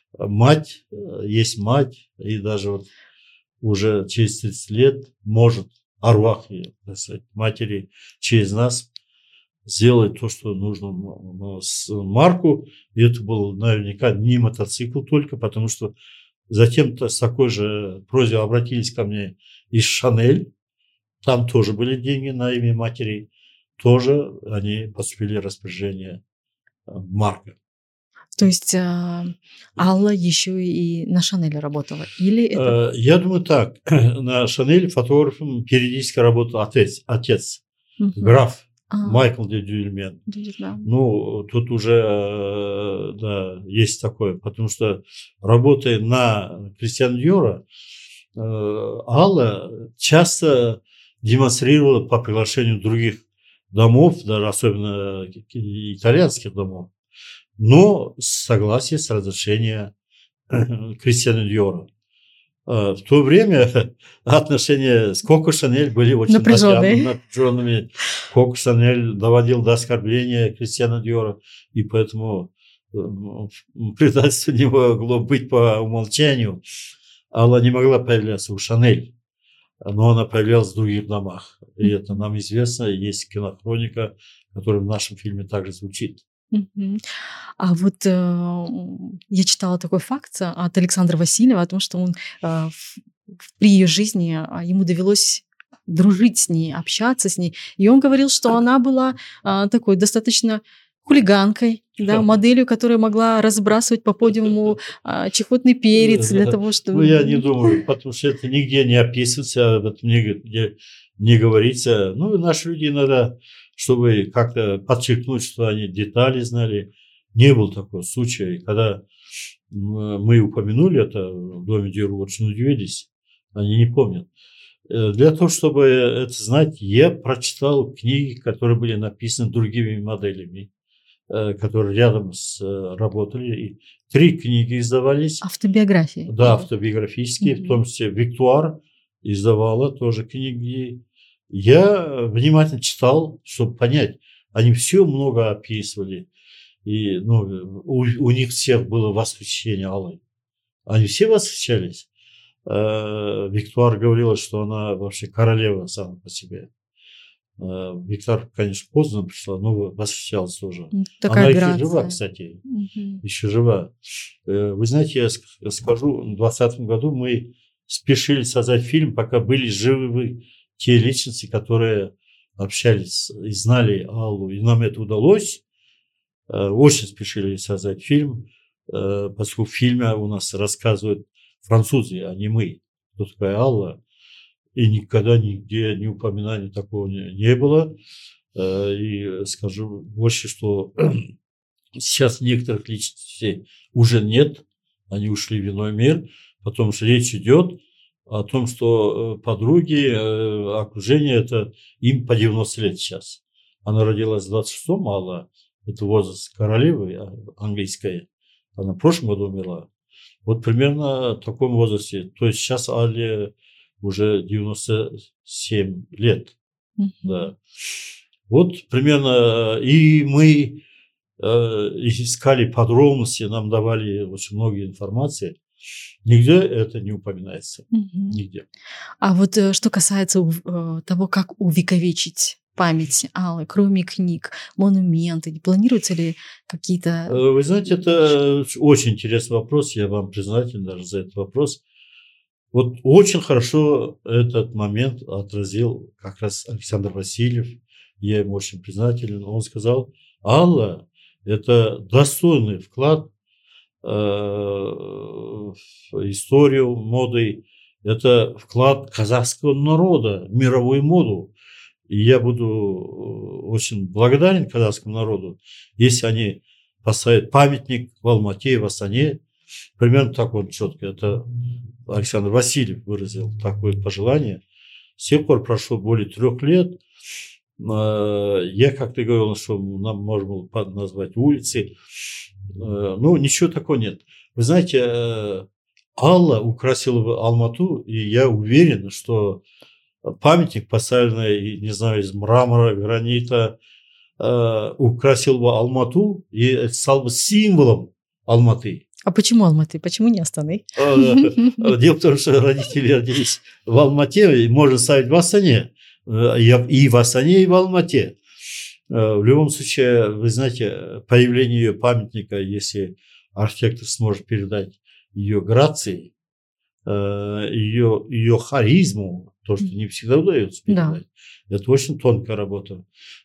мать есть мать, и даже вот уже через тридцать лет может арвах, так сказать, матери через нас сделать то, что нужно с Марку. И это был наверняка не мотоцикл только, потому что затем-то с такой же просьбой обратились ко мне из Шанель. Там тоже были деньги на имя матери. Тоже они поступили в распоряжение Марка. То есть э, Алла еще и на Шанель работала? Или это... Я думаю так. На Шанель фотографом периодически работал отец, отец угу. граф. А-а-а. Майкл де Дюльмен. Да. Ну, тут уже, да, есть такое, потому что работая на Кристиан Диора, Алла часто демонстрировала по приглашению других домов, даже особенно итальянских домов, но с согласия, с разрешения Кристиана Диора. В то время отношения с Коко Шанель были очень напряженные. напряженными. Коко Шанель доводил до оскорбления Кристиана Диора, и поэтому предательство не могло быть по умолчанию. Алла не могла появляться у Шанель, но она появлялась в других домах. И это нам известно, есть кинохроника, которая в нашем фильме также звучит. Uh-huh. А вот э, я читала такой факт от Александра Васильева о том, что он э, в, при ее жизни ему довелось дружить с ней, общаться с ней, и он говорил, что она была э, такой достаточно хулиганкой, да, моделью, которая могла разбрасывать по подиуму э, чехотный перец для того, чтобы... Ну, я не думаю, потому что это нигде не описывается, об этом нигде не говорится. Ну, наши люди иногда, чтобы как-то подчеркнуть, что они детали знали, не было такого случая. И когда мы упомянули это в доме Диру, очень удивились, они не помнят. Для того, чтобы это знать, я прочитал книги, которые были написаны другими моделями, которые рядом с, работали. И три книги издавались. Автобиографии? Да, автобиографические, mm-hmm. в том числе Виктуар издавала тоже книги. Я внимательно читал, чтобы понять. Они все много описывали. И ну, у, у них всех было восхищение Аллой. Они все восхищались. Э, Виктуар говорила, что она вообще королева сама по себе. Э, Виктуар, конечно, поздно пришла, но восхищалась тоже. Такая она грация. еще жива, кстати. Угу. Еще жива. Э, вы знаете, я скажу, в двадцатом году мы спешили создать фильм, пока были живы те личности, которые общались и знали Аллу. И нам это удалось. Очень спешили создать фильм, поскольку в фильме у нас рассказывают французы, а не мы, кто такая Алла. И никогда нигде ни упоминания такого не, не было. И скажу больше, что сейчас некоторых личностей уже нет. Они ушли в иной мир. Потому что речь идет о том, что подруги, окружение, это им по девяносто лет сейчас. Она родилась в двадцать шестом, Алла, это возраст королевы английской. Она в прошлом году умерла. Вот примерно в таком возрасте. То есть сейчас Алле уже девяносто семь лет. Мгм. Да. Вот примерно, и мы э, искали подробности, нам давали очень много информации. Нигде это не упоминается. Мгм. Нигде. А вот э, что касается ув- э, того, как увековечить память Аллы, кроме книг, монументы, не планируются ли Э, какие-то... Вы знаете, это очень интересный вопрос. Я вам признателен даже за этот вопрос. Вот очень хорошо этот момент отразил как раз Александр Васильев. Я ему очень признателен. Он сказал, Алла – это достойный вклад э, в историю моды. Это вклад казахского народа в мировую моду. И я буду очень благодарен казахскому народу, если они поставят памятник в Алмате и в Астане. Примерно так он четко. Это Александр Васильев выразил такое пожелание. С тех пор прошло более трех лет. Э, Я как-то говорил, что нам можно было под- назвать улицы. Э, Ну, ничего такого нет. Вы знаете, э, Алла украсила бы Алмату, и я уверен, что памятник, поставленный, не знаю, из мрамора, гранита, э, украсил бы Алмату и это стал бы символом Алматы. А почему Алматы? Почему не Астаны? Э, Дело в том, что родители родились в Алмате, и можно ставить в Астане. Э, я- И в Астане, и в Алмате. Э, В любом случае, вы знаете, появление ее памятника, если архитектор сможет передать ее грации, э, ее, ее харизму, то, что не всегда удается Да. передать, это очень тонкая работа.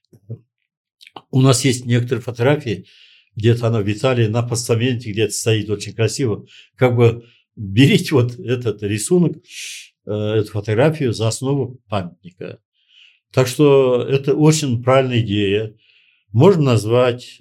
У нас есть некоторые фотографии, где-то она в Италии на постаменте где-то стоит очень красиво. Как бы берите вот этот рисунок, э, эту фотографию за основу памятника. Так что это очень правильная идея. Можно назвать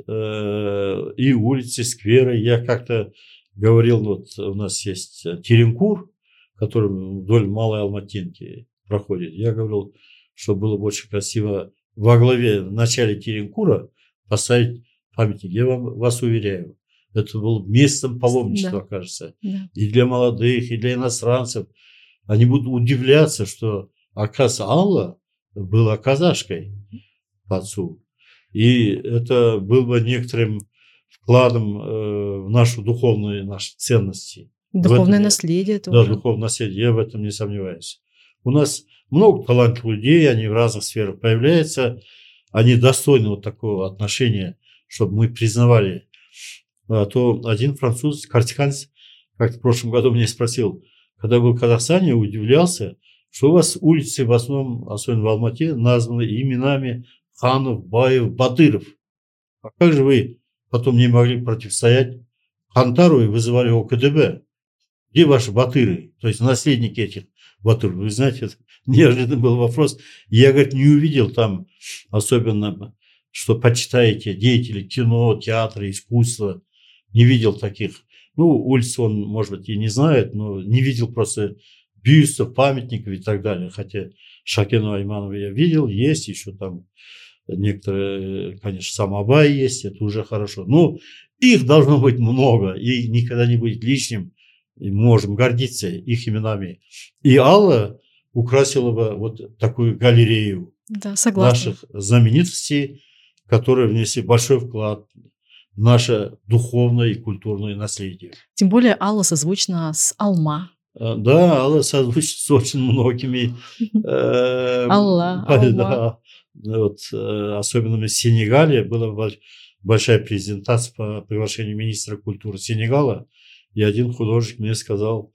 э, и улицы, скверы. Я как-то говорил, вот у нас есть Теренкур, который вдоль Малой Алматинки проходит. Я говорил, что было бы очень красиво во главе, в начале Теренкура поставить памятник. Я вам, вас уверяю, это было местом паломничества, Да. кажется. Да. И для молодых, и для иностранцев. Они будут удивляться, что, оказывается, Алла была казашкой по отцу. И это было бы некоторым вкладом э, в нашу духовную, наши ценности. Духовное я- наследие Да, тоже. духовное наследие, я в этом не сомневаюсь. У нас много талантливых людей, они в разных сферах появляются, они достойны вот такого отношения, чтобы мы признавали. А то один француз, картиканец, как в прошлом году меня спросил, когда был в Казахстане, удивлялся, что у вас улицы в основном, особенно в Алмате, названы именами ханов, баев, батыров. А как же вы потом не могли противостоять Хантару и вызывали его КДБ? Где ваши батыры, то есть наследники этих батыров? Вы знаете, это неожиданный был вопрос. Я, говорит, не увидел там особенно, что почитаете деятелей кино, театра, искусства. Не видел таких. Ну, улиц он, может быть, и не знает, но не видел просто бюстов, памятников и так далее. Хотя Шакенова Айманова я видел, есть еще там некоторые, конечно, сам Абай есть, это уже хорошо. Но их должно быть много, и никогда не будет лишним. И можем гордиться их именами. И Алла украсила бы вот такую галерею Да, согласна. наших знаменитостей, которые внесли большой вклад в наше духовное и культурное наследие. Тем более Алла созвучна с Алма. А, Да, Алла созвучна с очень многими. э, Алла, да, Алма. вот, э, особенно в Сенегале была боль- большая презентация по приглашению министра культуры Сенегала. И один художник мне сказал,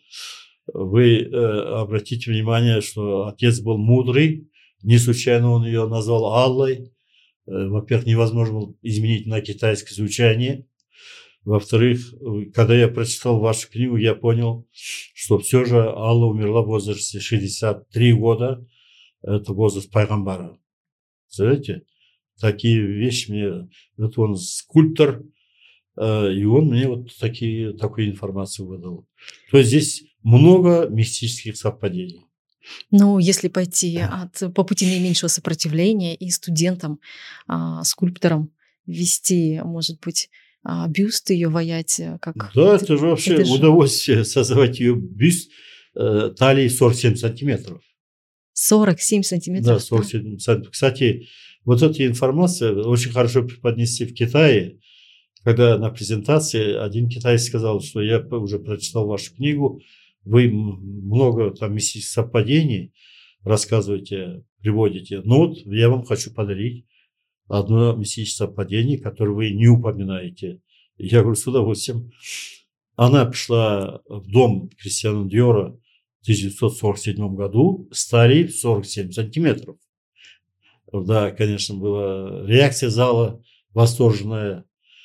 вы э, обратите внимание, что отец был мудрый, не случайно он ее назвал Аллой. Э, Во-первых, невозможно было изменить на китайское звучание. Во-вторых, э, когда я прочитал вашу книгу, я понял, что все же Алла умерла в возрасте шестьдесят три года. Это возраст пайгамбара. Знаете, такие вещи мне... Вот он скульптор, э, и он мне вот такие, такую информацию выдал. То есть здесь много мистических совпадений. Ну, если пойти от, по пути наименьшего сопротивления и студентам, а, скульпторам вести, может быть, а, бюст ее ваять, э, как... Да, это же вообще это же- удовольствие создавать ее бюст. э, талии сорок семь сантиметров. сорок семь сантиметров? Да, сорок семь сантиметров. Кстати, вот эта информация очень хорошо преподнесли в Китае, когда на презентации один китаец сказал, что я уже прочитал вашу книгу, вы много там мистических совпадений рассказываете, приводите. Но вот я вам хочу подарить одно мистическое совпадение, которое вы не упоминаете. Я говорю, с удовольствием. Она пришла в дом Кристиана Диора в тысяча девятьсот сорок седьмом году с талией сорок семь сантиметров. Да, конечно, была реакция зала восторженная.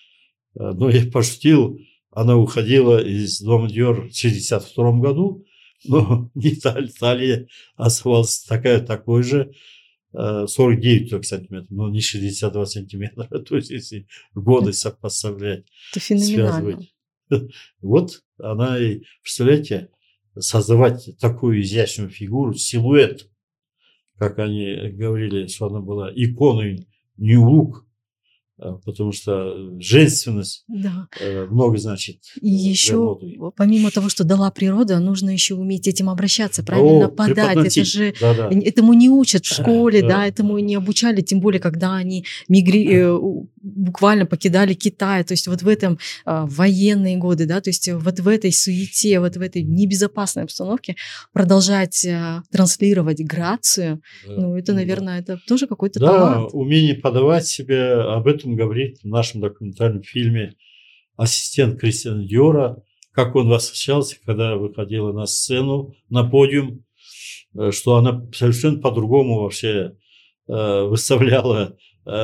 Но я пошутил, она уходила из дома Диор в шестьдесят втором году, но не талия оставалась такая, такой же, сорок девять только сантиметров, но не шестьдесят два сантиметра. То есть, если годы сопоставлять, это феноменально. Связывать. Вот она и, представляете, создавать такую изящную фигуру, силуэт, как они говорили, что она была иконой Нью-Лук, потому что женственность да. много значит. И еще, помимо того, что дала природа, нужно еще уметь этим обращаться, правильно О, подать. Это же да, да. этому не учат в школе, да, да, этому не обучали, тем более, когда они мигри... буквально покидали Китай. То есть вот в этом а, военные годы, да, то есть вот в этой суете, вот в этой небезопасной обстановке продолжать а, транслировать грацию, да, ну это, наверное, да. это тоже какой-то да, талант. Да, умение подавать себя, об этом говорит в нашем документальном фильме ассистент Кристиана Диора, как он восхищался, когда выходила на сцену, на подиум, что она совершенно по-другому вообще э, выставляла,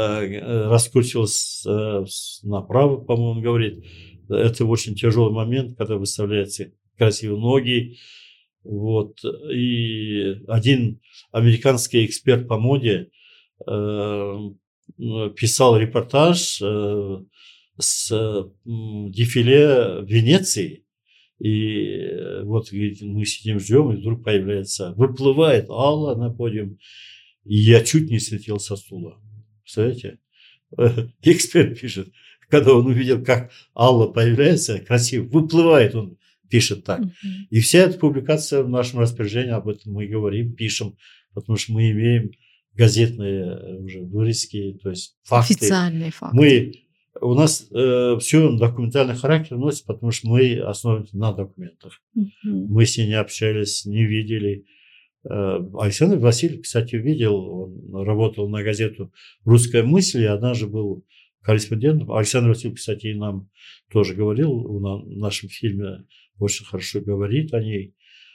э, раскручивалась э, направо, по-моему, говорит. Это очень тяжелый момент, когда выставляются красивые ноги. Вот. И один американский эксперт по моде э, писал репортаж э, с э, дефиле в Венеции. И вот говорит, мы сидим, ждем, и вдруг появляется, выплывает Алла на подиум. И я чуть не слетел со стула. Представляете? Эксперт пишет, когда он увидел, как Алла появляется, красиво, выплывает, он пишет так. Uh-huh. И вся эта публикация в нашем распоряжении, об этом мы говорим, пишем, потому что мы имеем газетные уже вырезки, то есть факты. Официальные факты. Мы, у нас э, все документальный характер носит, потому что мы основываемся на документах. Uh-huh. Мы с ней не общались, не видели. Э, Александр Васильев, кстати, видел, он работал на газету «Русская мысль», и однажды был корреспондентом. Александр Васильев, кстати, и нам тоже говорил, в нашем фильме очень хорошо говорит о ней,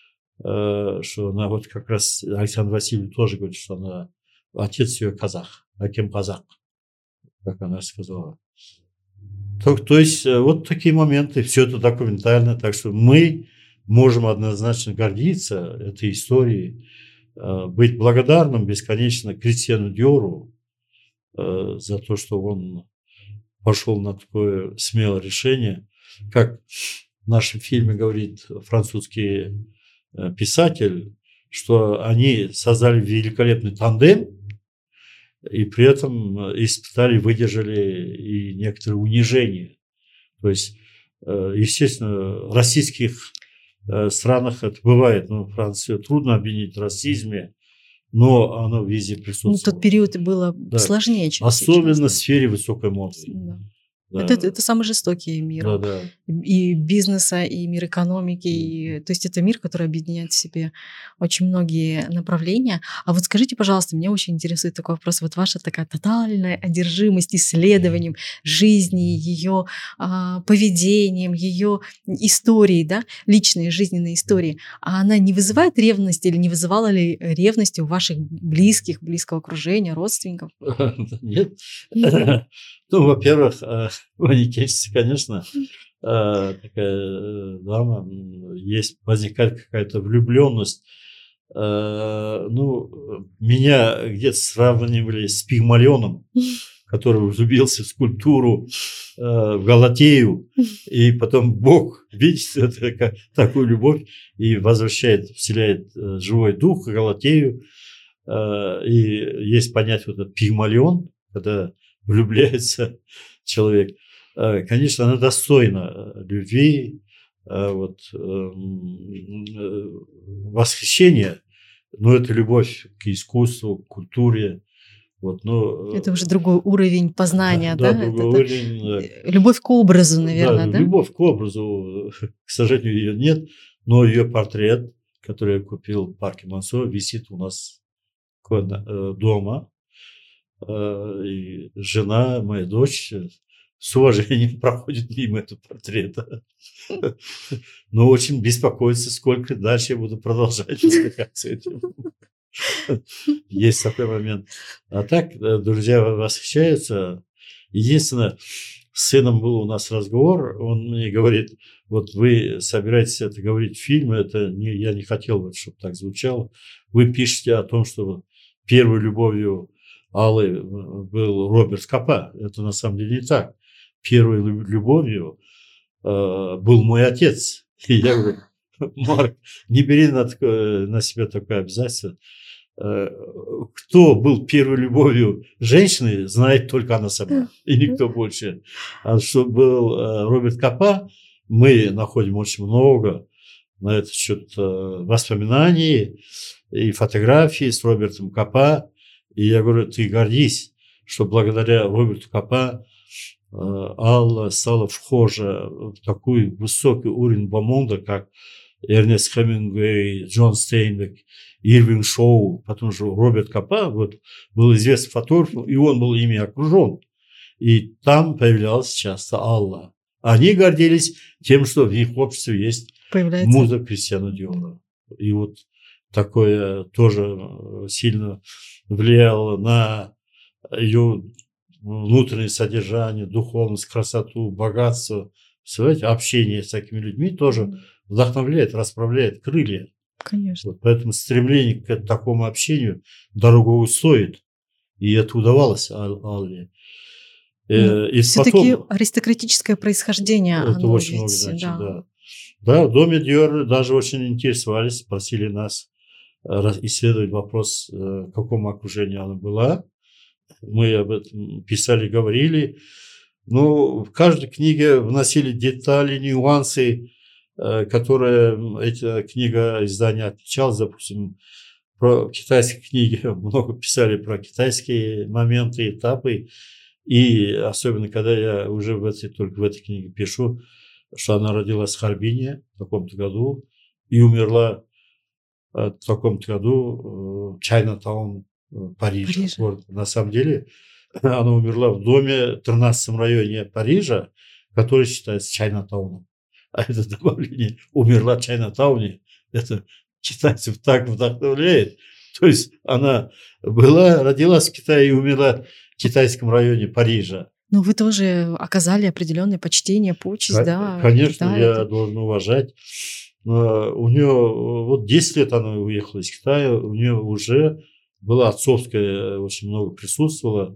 что она вот как раз, Александр Васильев тоже говорит, что она, отец ее казах, Аким казах, как она сказала. То, то есть вот такие моменты, все это документально, так что мы можем однозначно гордиться этой историей, быть благодарным бесконечно Кристиану Диору за то, что он пошел на такое смелое решение. Как в нашем фильме говорит французский писатель, что они создали великолепный тандем и при этом испытали, выдержали и некоторые унижения. То есть, естественно, в российских странах это бывает, но Францию трудно обвинить в расизме, но оно везде присутствовало. Ну, тот период было да. сложнее, чем особенно сейчас. в сфере высокой моды. Да. Да. Это, это самый жестокий мир. Да, да. И бизнеса, и мир экономики. И, то есть это мир, который объединяет в себе очень многие направления. А вот скажите, пожалуйста, меня очень интересует такой вопрос. Вот ваша такая тотальная одержимость исследованием жизни, ее а, поведением, ее историей, да, личной жизненной истории. А она не вызывает ревности или не вызывала ли ревности у ваших близких, близкого окружения, родственников? Нет. Ну, во-первых, манекенщица, конечно, такая дама, есть, возникает какая-то влюбленность. Ну, меня где-то сравнивали с Пигмалионом, который влюбился в скульптуру в Галатею, и потом Бог видит это, такую любовь и возвращает, вселяет живой дух в Галатею. И есть понятие вот этот Пигмалион, когда влюбляется человек. Конечно, она достойна любви, вот, восхищение, но это любовь к искусству, к культуре. Вот, но, это уже другой уровень познания, да? Да, другой это, уровень. Любовь к образу, наверное, да? Да, любовь к образу, к сожалению, ее нет, но ее портрет, который я купил в парке Мансо, висит у нас дома. И жена, моя дочь с уважением проходит мимо этого портрета. Но очень беспокоится, сколько дальше я буду продолжать увлекаться этим. Есть такой момент. А так, друзья восхищаются. Единственное, с сыном был у нас разговор, он мне говорит, вот вы собираетесь это говорить в фильме, это не, я не хотел, чтобы так звучало. Вы пишете о том, что первой любовью Аллы был Роберт Капа. Это на самом деле не так. Первой любовью э, был мой отец. И я говорю, Марк, не бери на, на себя такое обязательство. Кто был первой любовью женщины, знает только она сама, и никто больше. А что был Роберт Капа, мы находим очень много на этот счет воспоминаний и фотографий с Робертом Капа. И я говорю, ты гордись, что благодаря Роберту Капа Алла стала вхожа в такой высокий уровень бомонда, как Эрнест Хемингуэй, Джон Стейнбек, Ирвинг Шоу, потому что Роберт Капа вот, был известный фотограф, и он был ими окружен. И там появлялась часто Алла. Они гордились тем, что в их обществе есть Появляется. муза Кристиана Диора. И вот такое тоже сильно влияло на ее внутреннее содержание, духовность, красоту, богатство. Представляете, общение с такими людьми тоже вдохновляет, расправляет крылья. Конечно. Вот, поэтому стремление к такому общению дорого стоит. И это удавалось Алле. Ну, и все-таки потом, аристократическое происхождение. Это очень много значит, да. да. Да, в доме Диор даже очень интересовались, просили нас исследовать вопрос, в каком окружении она была. Мы об этом писали, говорили. Но в каждой книге вносили детали, нюансы, которые эта книга, издание отличалось. Допустим, про китайские книги много писали про китайские моменты, этапы. И особенно, когда я уже в этой, только в этой книге пишу, что она родилась в Харбине в таком-то году и умерла в таком-то году в Чайнатаун, Париж. Париж. Вот, на самом деле, она умерла в доме в тринадцатом районе Парижа, который считается Чайнатауном. А это добавление «умерла в Чайнатауне», это китайцев так вдохновляет. То есть она была, родилась в Китае и умерла в китайском районе Парижа. Ну, вы тоже оказали определенное почтение, почесть, К- да? Конечно, да, я это... должен уважать. Но у нее вот десять лет она уехала из Китая, у нее уже была отцовская, очень много присутствовала.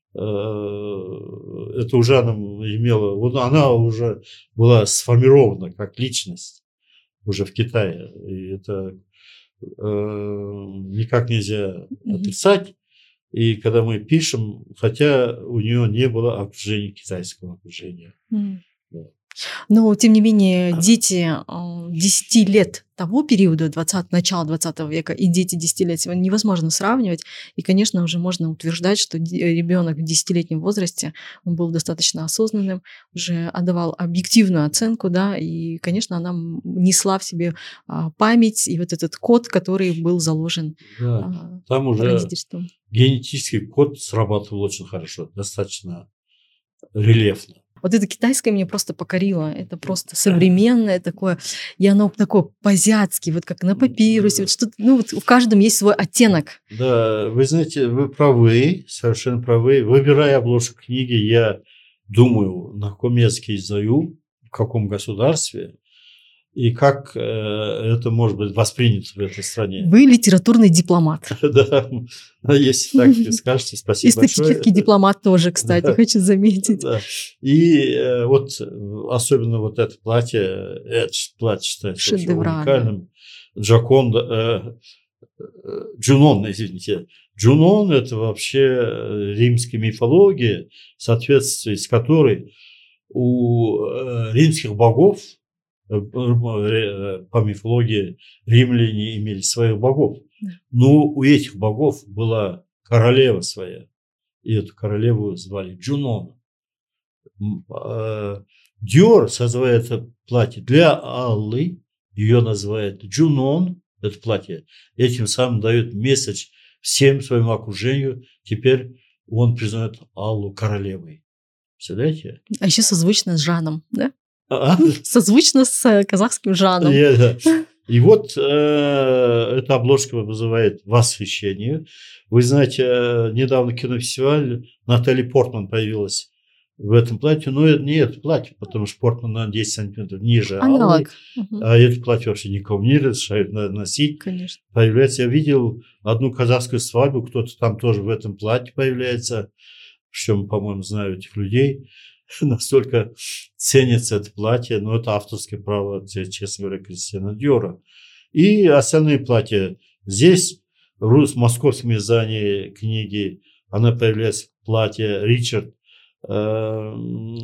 Это уже она имела, вот она уже была сформирована как личность уже в Китае. И это э, никак нельзя отрицать. И когда мы пишем, хотя у нее не было окружения, китайского окружения. Mm. Да. Но, тем не менее, дети десяти лет того периода, двадцатого, начала двадцатого века, и дети десяти лет сегодня невозможно сравнивать. И, конечно, уже можно утверждать, что ребенок в десятилетнем возрасте, он был достаточно осознанным, уже отдавал объективную оценку, да, и, конечно, она несла в себе память и вот этот код, который был заложен да, там уже родительством. Генетический код срабатывал очень хорошо, достаточно рельефно. Вот это китайское меня просто покорило. Это просто современное такое. И оно такое по-азиатски, вот как на папирусе. Вот что-то, ну, вот в каждом есть свой оттенок. Да, вы знаете, вы правы, совершенно правы. Выбирая обложку книги, я думаю, на каком языке издаю, в каком государстве. И как э, это может быть воспринято в этой стране. Вы литературный дипломат. Да, если так скажете, спасибо большое. Эстетический дипломат тоже, кстати, хочу заметить. И вот особенно вот это платье, это платье считается уникальным. Джаконда, Джунон, извините. Джунон – это вообще римская мифология, в соответствии с которой у римских богов по мифологии римляне имели своих богов. Но у этих богов была королева своя. И эту королеву звали Джунон. Диор созывает это платье для Аллы. Ее называют Джунон, это платье. Этим самым дает месседж всем своему окружению. Теперь он признает Аллу королевой. Представляете? А еще созвучно с Жаном, да? А? Созвучно с казахским Жаном. Yeah. И вот э, эта обложка вызывает восхищение. Вы знаете, э, недавно кинофестиваль Натали Портман появилась в этом платье. Но это не это платье, потому что Портман на десять сантиметров ниже Аллы. Угу. А это платье вообще никому не разрешают носить. Конечно. Появляется. Я видел одну казахскую свадьбу, кто-то там тоже в этом платье появляется. Причем, по-моему, знаю этих людей. Настолько ценится это платье, но это авторское право, честно говоря, Кристиана Диора. И остальные платья. Здесь в московском издании книги она появляется платье Ричард э,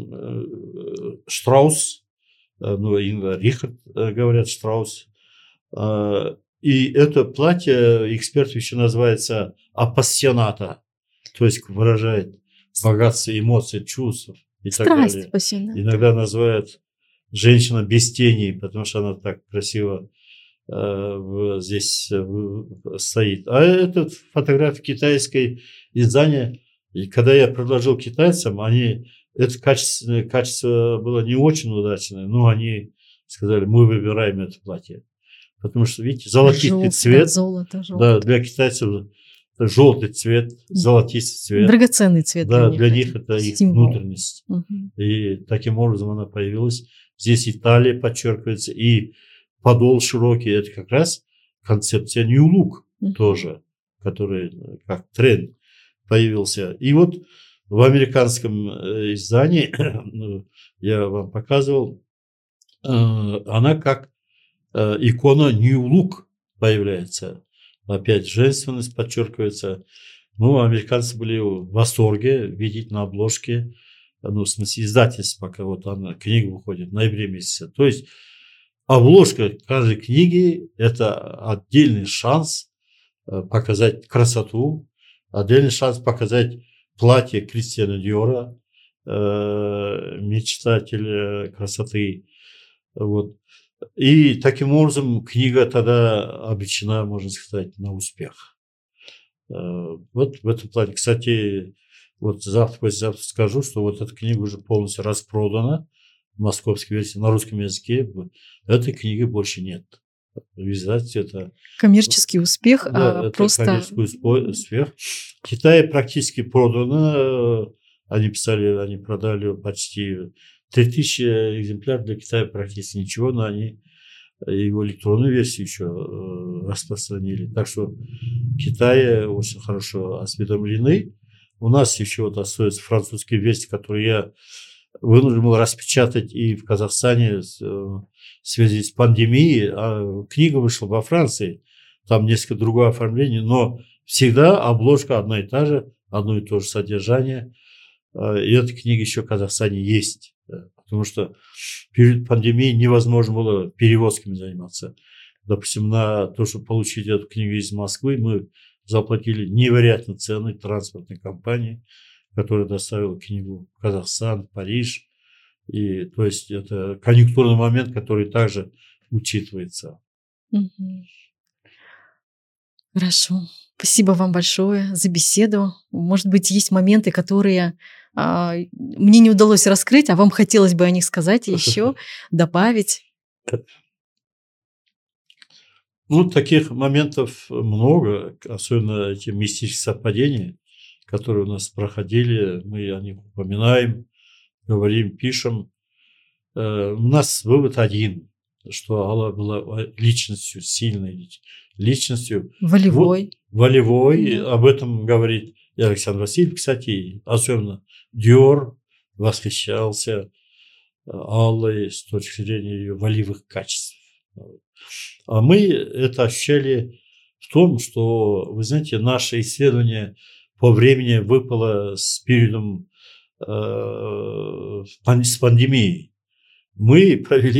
Штраус, э, ну, Рихард, э, говорят, Штраус. Э, и это платье эксперт еще называется апассионата, то есть выражает богатство эмоций, чувств. И Страсть, так далее. Пассионата. Иногда называют женщина без тени, потому что она так красиво э, здесь э, стоит. А это фотография китайской издания. И когда я предложил китайцам, они это качество, качество было не очень удачное, но они сказали, мы выбираем это платье. Потому что, видите, золотистый Желтый, цвет. Да, золото, да, для китайцев желтый цвет, золотистый цвет. Драгоценный цвет. Да, для них, для них это их символ. внутренность. Угу. И таким образом она появилась. Здесь и талия подчеркивается, и подол широкий. Это как раз концепция New Look угу. тоже, который как тренд появился. И вот в американском издании, я вам показывал, она как икона New Look появляется. Опять женственность подчеркивается. Ну, американцы были в восторге видеть на обложке, ну, в смысле, издательство, пока вот она, книга выходит в ноябре месяце. То есть обложка каждой книги – это отдельный шанс показать красоту, отдельный шанс показать платье Кристиана Диора, э, мечтателя красоты. Вот. И таким образом книга тогда обречена, можно сказать, на успех. Вот в этом плане. Кстати, вот завтра, послезавтра скажу, что вот эта книга уже полностью распродана в московской версии на русском языке. Этой книги больше нет. Издательство это... Коммерческий успех, да, а это просто... коммерческий успех. В Китае практически продано. Они писали, они продали почти... три тысячи экземпляров для Китая практически ничего, но они его электронную версию еще распространили. Так что в Китае очень хорошо осведомлены. У нас еще вот остается французские версии, которые я вынужден был распечатать и в Казахстане в связи с пандемией. А книга вышла во Франции, там несколько другое оформление, но всегда обложка одна и та же, одно и то же содержание. И эта книга еще в Казахстане есть. Потому что перед пандемией невозможно было перевозками заниматься. Допустим, на то, чтобы получить эту книгу из Москвы, мы заплатили невероятно цены транспортной компании, которая доставила книгу в Казахстан, в Париж. И, то есть это конъюнктурный момент, который также учитывается. Угу. Хорошо. Спасибо вам большое за беседу. Может быть, есть моменты, которые а, мне не удалось раскрыть, а вам хотелось бы о них сказать и еще добавить? Ну, таких моментов много, особенно эти мистические совпадения, которые у нас проходили. Мы о них упоминаем, говорим, пишем. У нас вывод один, что Алла была личностью, сильной личностью. Волевой. Волевой. Да. Об этом говорит и Александр Васильевич, кстати, особенно Диор восхищался Аллой с точки зрения ее волевых качеств. А мы это ощущали в том, что, вы знаете, наше исследование по времени выпало с периодом э, с пандемией. Мы провели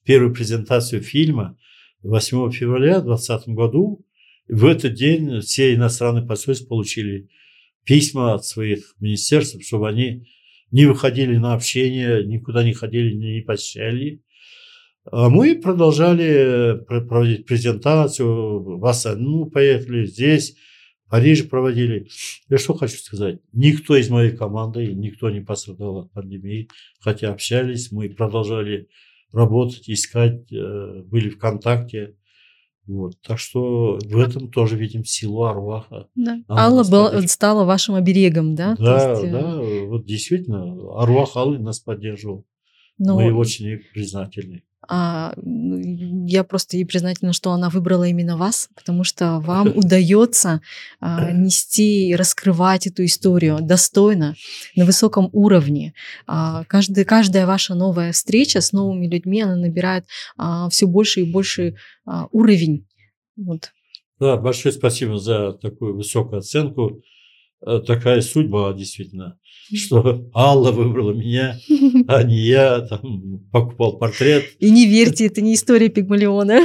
первую презентацию фильма восьмого февраля две тысячи двадцатом году. В этот день все иностранные посольства получили письма от своих министерств, чтобы они не выходили на общение, никуда не ходили, не посещали. А мы продолжали проводить презентацию, в Астану поехали, здесь, в Париже проводили. Я что хочу сказать, никто из моей команды, никто не пострадал от пандемии, хотя общались, мы продолжали работать, искать, были в контакте. Вот. Так что в этом тоже видим силу Арваха. Да. Алла был, стала вашим оберегом, да? Да, есть... да, вот действительно, Арвах Аллы нас поддерживал. Но... Мы очень ей признательны. А, я просто ей признательна, что она выбрала именно вас, потому что вам удается а, нести и раскрывать эту историю достойно, на высоком уровне. А, каждый, каждая ваша новая встреча с новыми людьми, она набирает а, все больше и больше а, уровень. Вот. Да, большое спасибо за такую высокую оценку. Такая судьба, действительно, что Алла выбрала меня, а не я там покупал портрет. И не верьте, это не история Пигмалиона.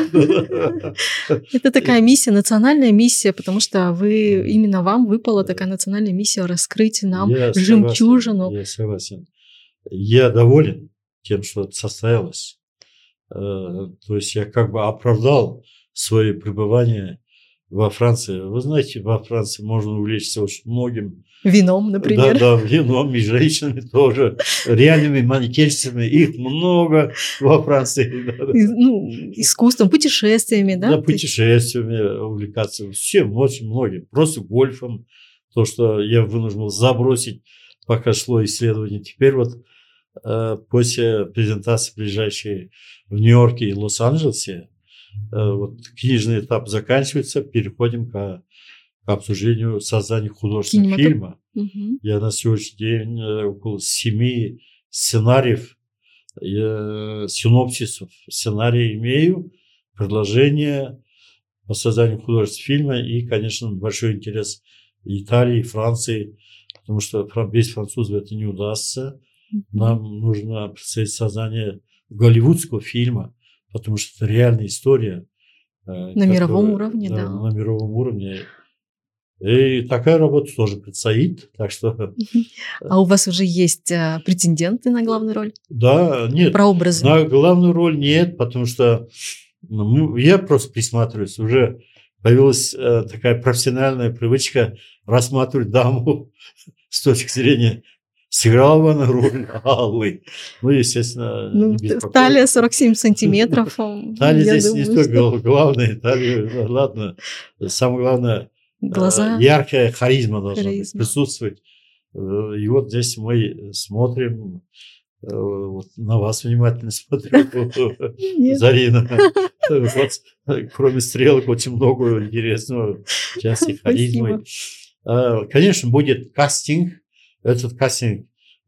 Это такая миссия, национальная миссия, потому что вы, именно вам выпала такая национальная миссия раскрыть нам жемчужину. Я согласен. Я доволен тем, что это состоялось. То есть я как бы оправдал свое пребывание во Франции. Вы знаете, во Франции можно увлечься очень многим. Вином, например. Да, да, вином и женщинами тоже. Реальными манекенщицами. Их много во Франции. Ну, искусством, путешествиями, да? Да, путешествиями увлекаться. Всем, очень многим. Просто гольфом. То, что я вынужден был забросить, пока шло исследование. Теперь вот э, после презентации ближайшей в Нью-Йорке и Лос-Анджелесе, вот книжный этап заканчивается, переходим к, к обсуждению создания художественного Кинематограф... фильма. Угу. Я на сегодняшний день около семи сценариев, синопсисов сценария имею, предложения по созданию художественного фильма и, конечно, большой интерес Италии, Франции, потому что без французов это не удастся. Угу. Нам нужно представить создание голливудского фильма, потому что это реальная история. На которая, мировом уровне, да, да. На мировом уровне. И такая работа тоже предстоит. Так что... А у вас уже есть претенденты на главную роль? Да, нет. Прообразы? На главную роль нет, потому что ну, я просто присматриваюсь. Уже появилась такая профессиональная привычка рассматривать даму с точки зрения... Сыграла бы она роль Аллы. Ну, естественно, ну, талия сорок семь сантиметров. Талия здесь думаю, не столько что... главное. Талия, ладно. Самое главное, глаза. Яркая харизма должна харизма. быть, присутствовать. И вот здесь мы смотрим, вот на вас внимательно смотрим, Зарина. Вот, кроме стрелок, очень много интересного. Сейчас и харизмы. Конечно, будет кастинг. Этот кастинг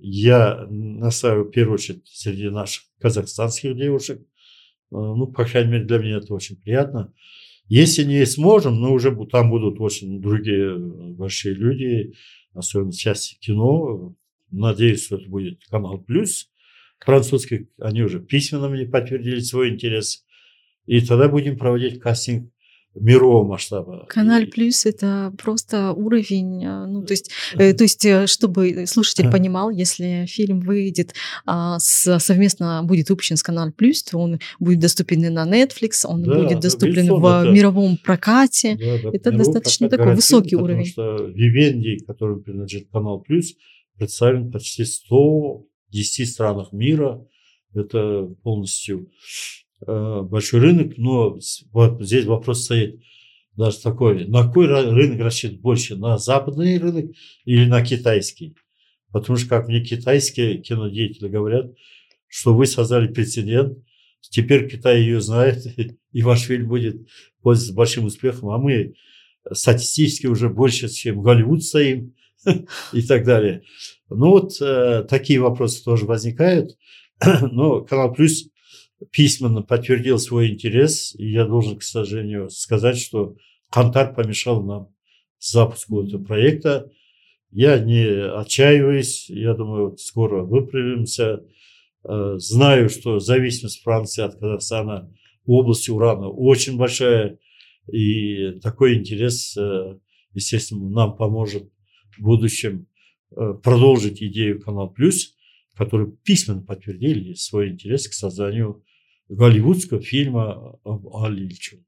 я наставил в первую очередь среди наших казахстанских девушек. Ну, по крайней мере, для меня это очень приятно. Если не сможем, но уже там будут очень другие большие люди, особенно в части кино. Надеюсь, что это будет Канал Плюс. Французский, они уже письменно мне подтвердили свой интерес. И тогда будем проводить кастинг мирового масштаба. Канал Плюс — это просто уровень, ну, то есть, э, то есть, чтобы слушатель понимал, если фильм выйдет а, с, совместно будет выпущен с Канал Плюс, то он будет доступен и на Netflix, он да, будет доступен в это, мировом прокате. Да, да, это достаточно такой высокий уровень. Потому что Вивенди, которому принадлежит Канал Плюс, представлен почти в ста десяти странах мира. Это полностью большой рынок, но вот здесь вопрос стоит даже такой, на какой рынок рассчитывать больше, на западный рынок или на китайский? Потому что, как мне китайские кинодеятели говорят, что вы создали прецедент, теперь Китай ее знает, и ваш фильм будет пользоваться большим успехом, а мы статистически уже больше, чем Голливуд стоим и так далее. Ну вот такие вопросы тоже возникают, но Канал Плюс письменно подтвердил свой интерес, и я должен, к сожалению, сказать, что Кантар помешал нам запуску этого проекта. Я не отчаиваюсь, я думаю, вот скоро выправимся. Знаю, что зависимость Франции от Казахстана в области урана очень большая. И такой интерес, естественно, нам поможет в будущем продолжить идею Канал Плюс, которые письменно подтвердили свой интерес к созданию голливудского фильма об Али Ильчун.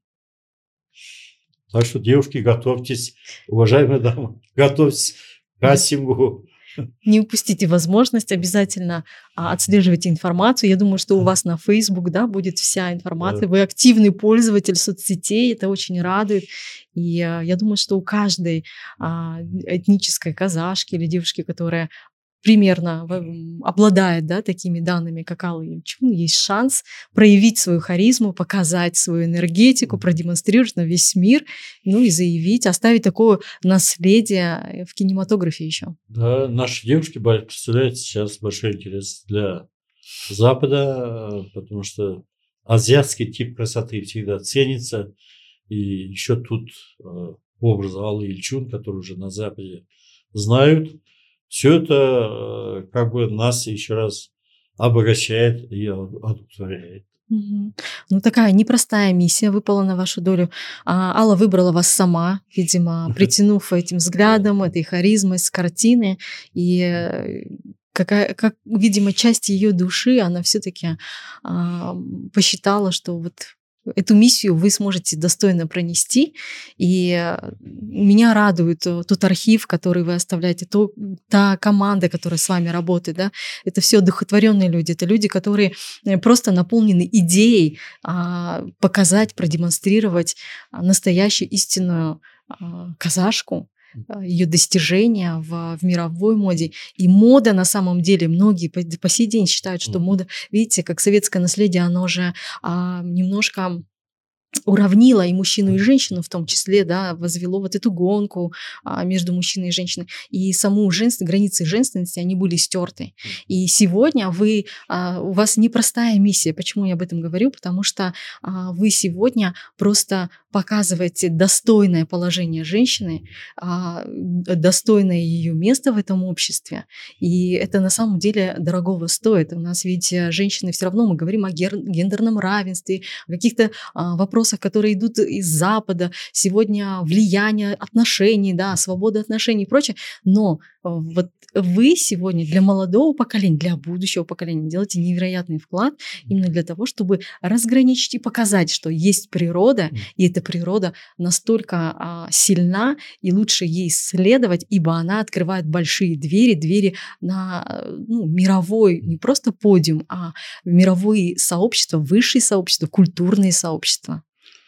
Так что, девушки, готовьтесь, уважаемые дамы, готовьтесь к кастингу. Не упустите возможность, обязательно а, отслеживайте информацию. Я думаю, что у вас на Facebook, да, будет вся информация. Да. Вы активный пользователь соцсетей, это очень радует. И а, я думаю, что у каждой а, этнической казашки или девушки, которая примерно обладает, да, такими данными, как Алла Ильчун, есть шанс проявить свою харизму, показать свою энергетику, продемонстрировать на весь мир, ну и заявить, оставить такое наследие в кинематографе еще. Да, наши девушки представляют сейчас большой интерес для Запада, потому что азиатский тип красоты всегда ценится. И еще тут образ Аллы Ильчун, который уже на Западе знают. Все это как бы нас еще раз обогащает и одухотворяет. Угу. Ну, такая непростая миссия выпала на вашу долю. А, Алла выбрала вас сама, видимо, притянув этим взглядом, этой харизмой с картины. И какая, как, видимо, часть ее души, она все-таки а, посчитала, что вот эту миссию вы сможете достойно пронести. И меня радует тот архив, который вы оставляете, то, та команда, которая с вами работает. Да? Это все одухотворенные люди. Это люди, которые просто наполнены идеей а, показать, продемонстрировать настоящую истинную а, казашку, ее достижения в, в мировой моде. И мода, на самом деле, многие по, по сей день считают, что мода, видите, как советское наследие, оно же а, немножко уравнило и мужчину, и женщину в том числе, да, возвело вот эту гонку а, между мужчиной и женщиной. И саму женственность, границы женственности, они были стерты. И сегодня вы, а, у вас непростая миссия. Почему я об этом говорю? Потому что а, вы сегодня просто показываете достойное положение женщины, а, достойное ее место в этом обществе. И это на самом деле дорогого стоит. У нас ведь женщины все равно, мы говорим о гер- гендерном равенстве, о каких-то а, вопросах, которые идут из Запада, сегодня влияние отношений, да, свобода отношений и прочее. Но вот вы сегодня для молодого поколения, для будущего поколения делаете невероятный вклад именно для того, чтобы разграничить и показать, что есть природа, и эта природа настолько а, сильна, и лучше ей следовать, ибо она открывает большие двери, двери на ну, мировой, не просто подиум, а мировые сообщества, высшие сообщества, культурные сообщества.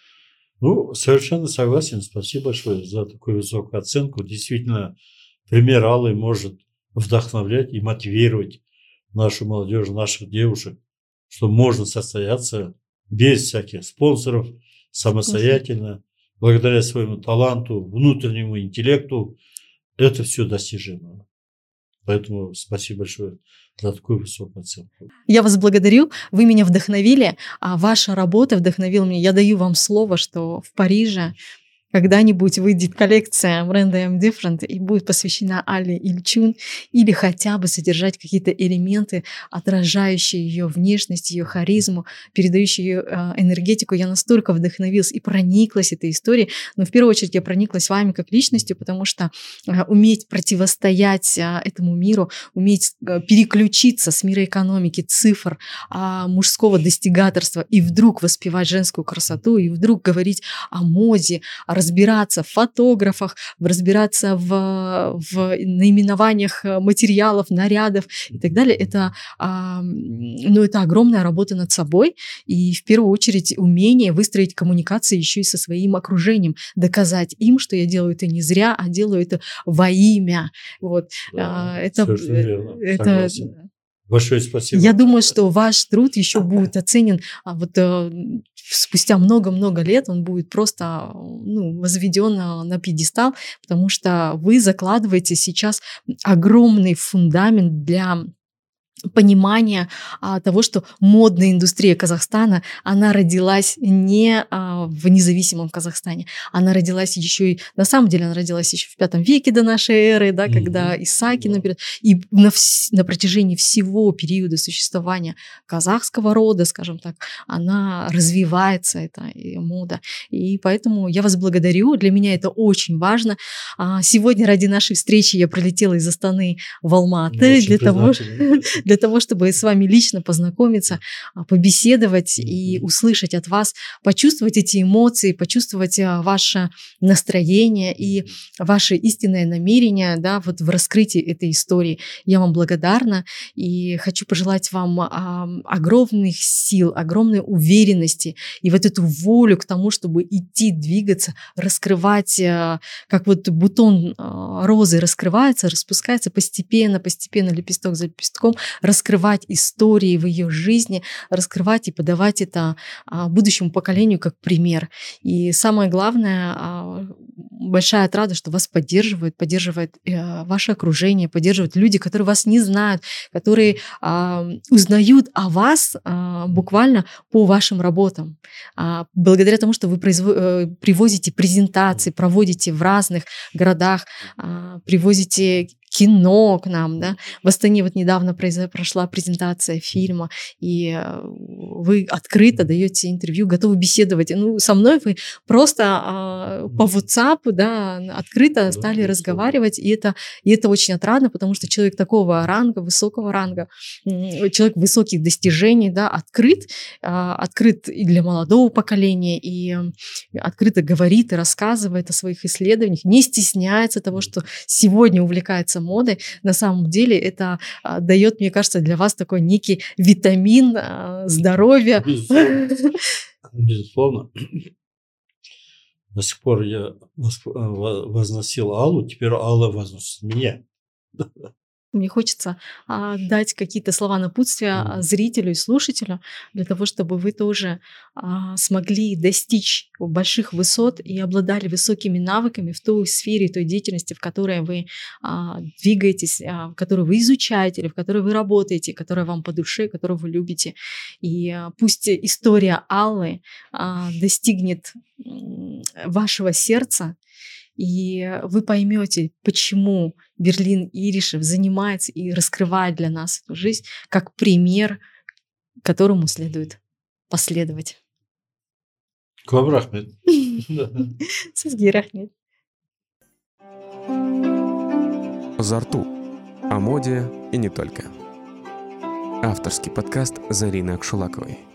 Ну, совершенно согласен. Спасибо большое за такую высокую оценку. Действительно, пример Аллы может вдохновлять и мотивировать нашу молодежь, наших девушек, что можно состояться без всяких спонсоров, самостоятельно, благодаря своему таланту, внутреннему интеллекту. Это все достижимо. Поэтому спасибо большое за такую высокую оценку. Я вас благодарю, вы меня вдохновили, а ваша работа вдохновила меня. Я даю вам слово, что в Париже когда-нибудь выйдет коллекция бренда I'm Different и будет посвящена Алле Ильчун или хотя бы содержать какие-то элементы, отражающие ее внешность, ее харизму, передающие ее э, энергетику. Я настолько вдохновилась и прониклась этой историей, но в первую очередь я прониклась вами как личностью, потому что э, уметь противостоять э, этому миру, уметь э, переключиться с мира экономики, цифр, э, мужского достигаторства и вдруг воспевать женскую красоту, и вдруг говорить о моде, о разбираться в фотографах, разбираться в, в наименованиях материалов, нарядов и так далее. Это, а, ну, это огромная работа над собой и в первую очередь умение выстроить коммуникации еще и со своим окружением, доказать им, что я делаю это не зря, а делаю это во имя. Вот. Да, а, это, это, Большое спасибо. Я думаю, что ваш труд еще будет оценен, а вот э, спустя много-много лет он будет просто ну, возведен на пьедестал, потому что вы закладываете сейчас огромный фундамент для понимание а, того, что модная индустрия Казахстана, она родилась не а, в независимом Казахстане, она родилась еще и, на самом деле, она родилась еще в пятом веке до нашей эры, да, mm-hmm. когда Исааки, например, и на, вс- на протяжении всего периода существования казахского рода, скажем так, она развивается, эта мода. И поэтому я вас благодарю, для меня это очень важно. А, сегодня ради нашей встречи я прилетела из Астаны в Алма-Аты для того, для того, чтобы с вами лично познакомиться, побеседовать и услышать от вас, почувствовать эти эмоции, почувствовать ваше настроение и ваше истинное намерение, да, вот в раскрытии этой истории. Я вам благодарна и хочу пожелать вам а, огромных сил, огромной уверенности и вот эту волю к тому, чтобы идти, двигаться, раскрывать, а, как вот бутон а, розы раскрывается, распускается постепенно, постепенно, лепесток за лепестком, раскрывать истории в ее жизни, раскрывать и подавать это а, будущему поколению как пример. И самое главное, а, большая отрада, что вас поддерживают, поддерживает а, ваше окружение, поддерживают люди, которые вас не знают, которые а, узнают о вас а, буквально по вашим работам. А, благодаря тому, что вы произво- привозите презентации, проводите в разных городах, а, привозите кино к нам, да. В Астане вот недавно произошла, прошла презентация фильма, и вы открыто даете интервью, готовы беседовать. Ну, со мной вы просто а, по WhatsApp, да, открыто стали разговаривать, и это, и это очень отрадно, потому что человек такого ранга, высокого ранга, человек высоких достижений, да, открыт, а, открыт и для молодого поколения, и открыто говорит и рассказывает о своих исследованиях, не стесняется того, что сегодня увлекается модой. На самом деле это а, дает, мне кажется, для вас такой некий витамин а, здоровья. Безусловно. Безусловно. До сих пор я возносил Аллу, теперь Алла возносит меня. Мне хочется а, дать какие-то слова напутствия mm. зрителю и слушателю для того, чтобы вы тоже а, смогли достичь больших высот и обладали высокими навыками в той сфере, той деятельности, в которой вы а, двигаетесь, а, в которой вы изучаете или в которой вы работаете, которая вам по душе, которую вы любите. И а, пусть история Аллы а, достигнет вашего сердца, и вы поймете, почему Берлин Иришев занимается и раскрывает для нас эту жизнь как пример, которому следует последовать. Көп рахмет. Сізге рахмет. Зарту. О моде и не только. Авторский подкаст Зарины Акшулаковой.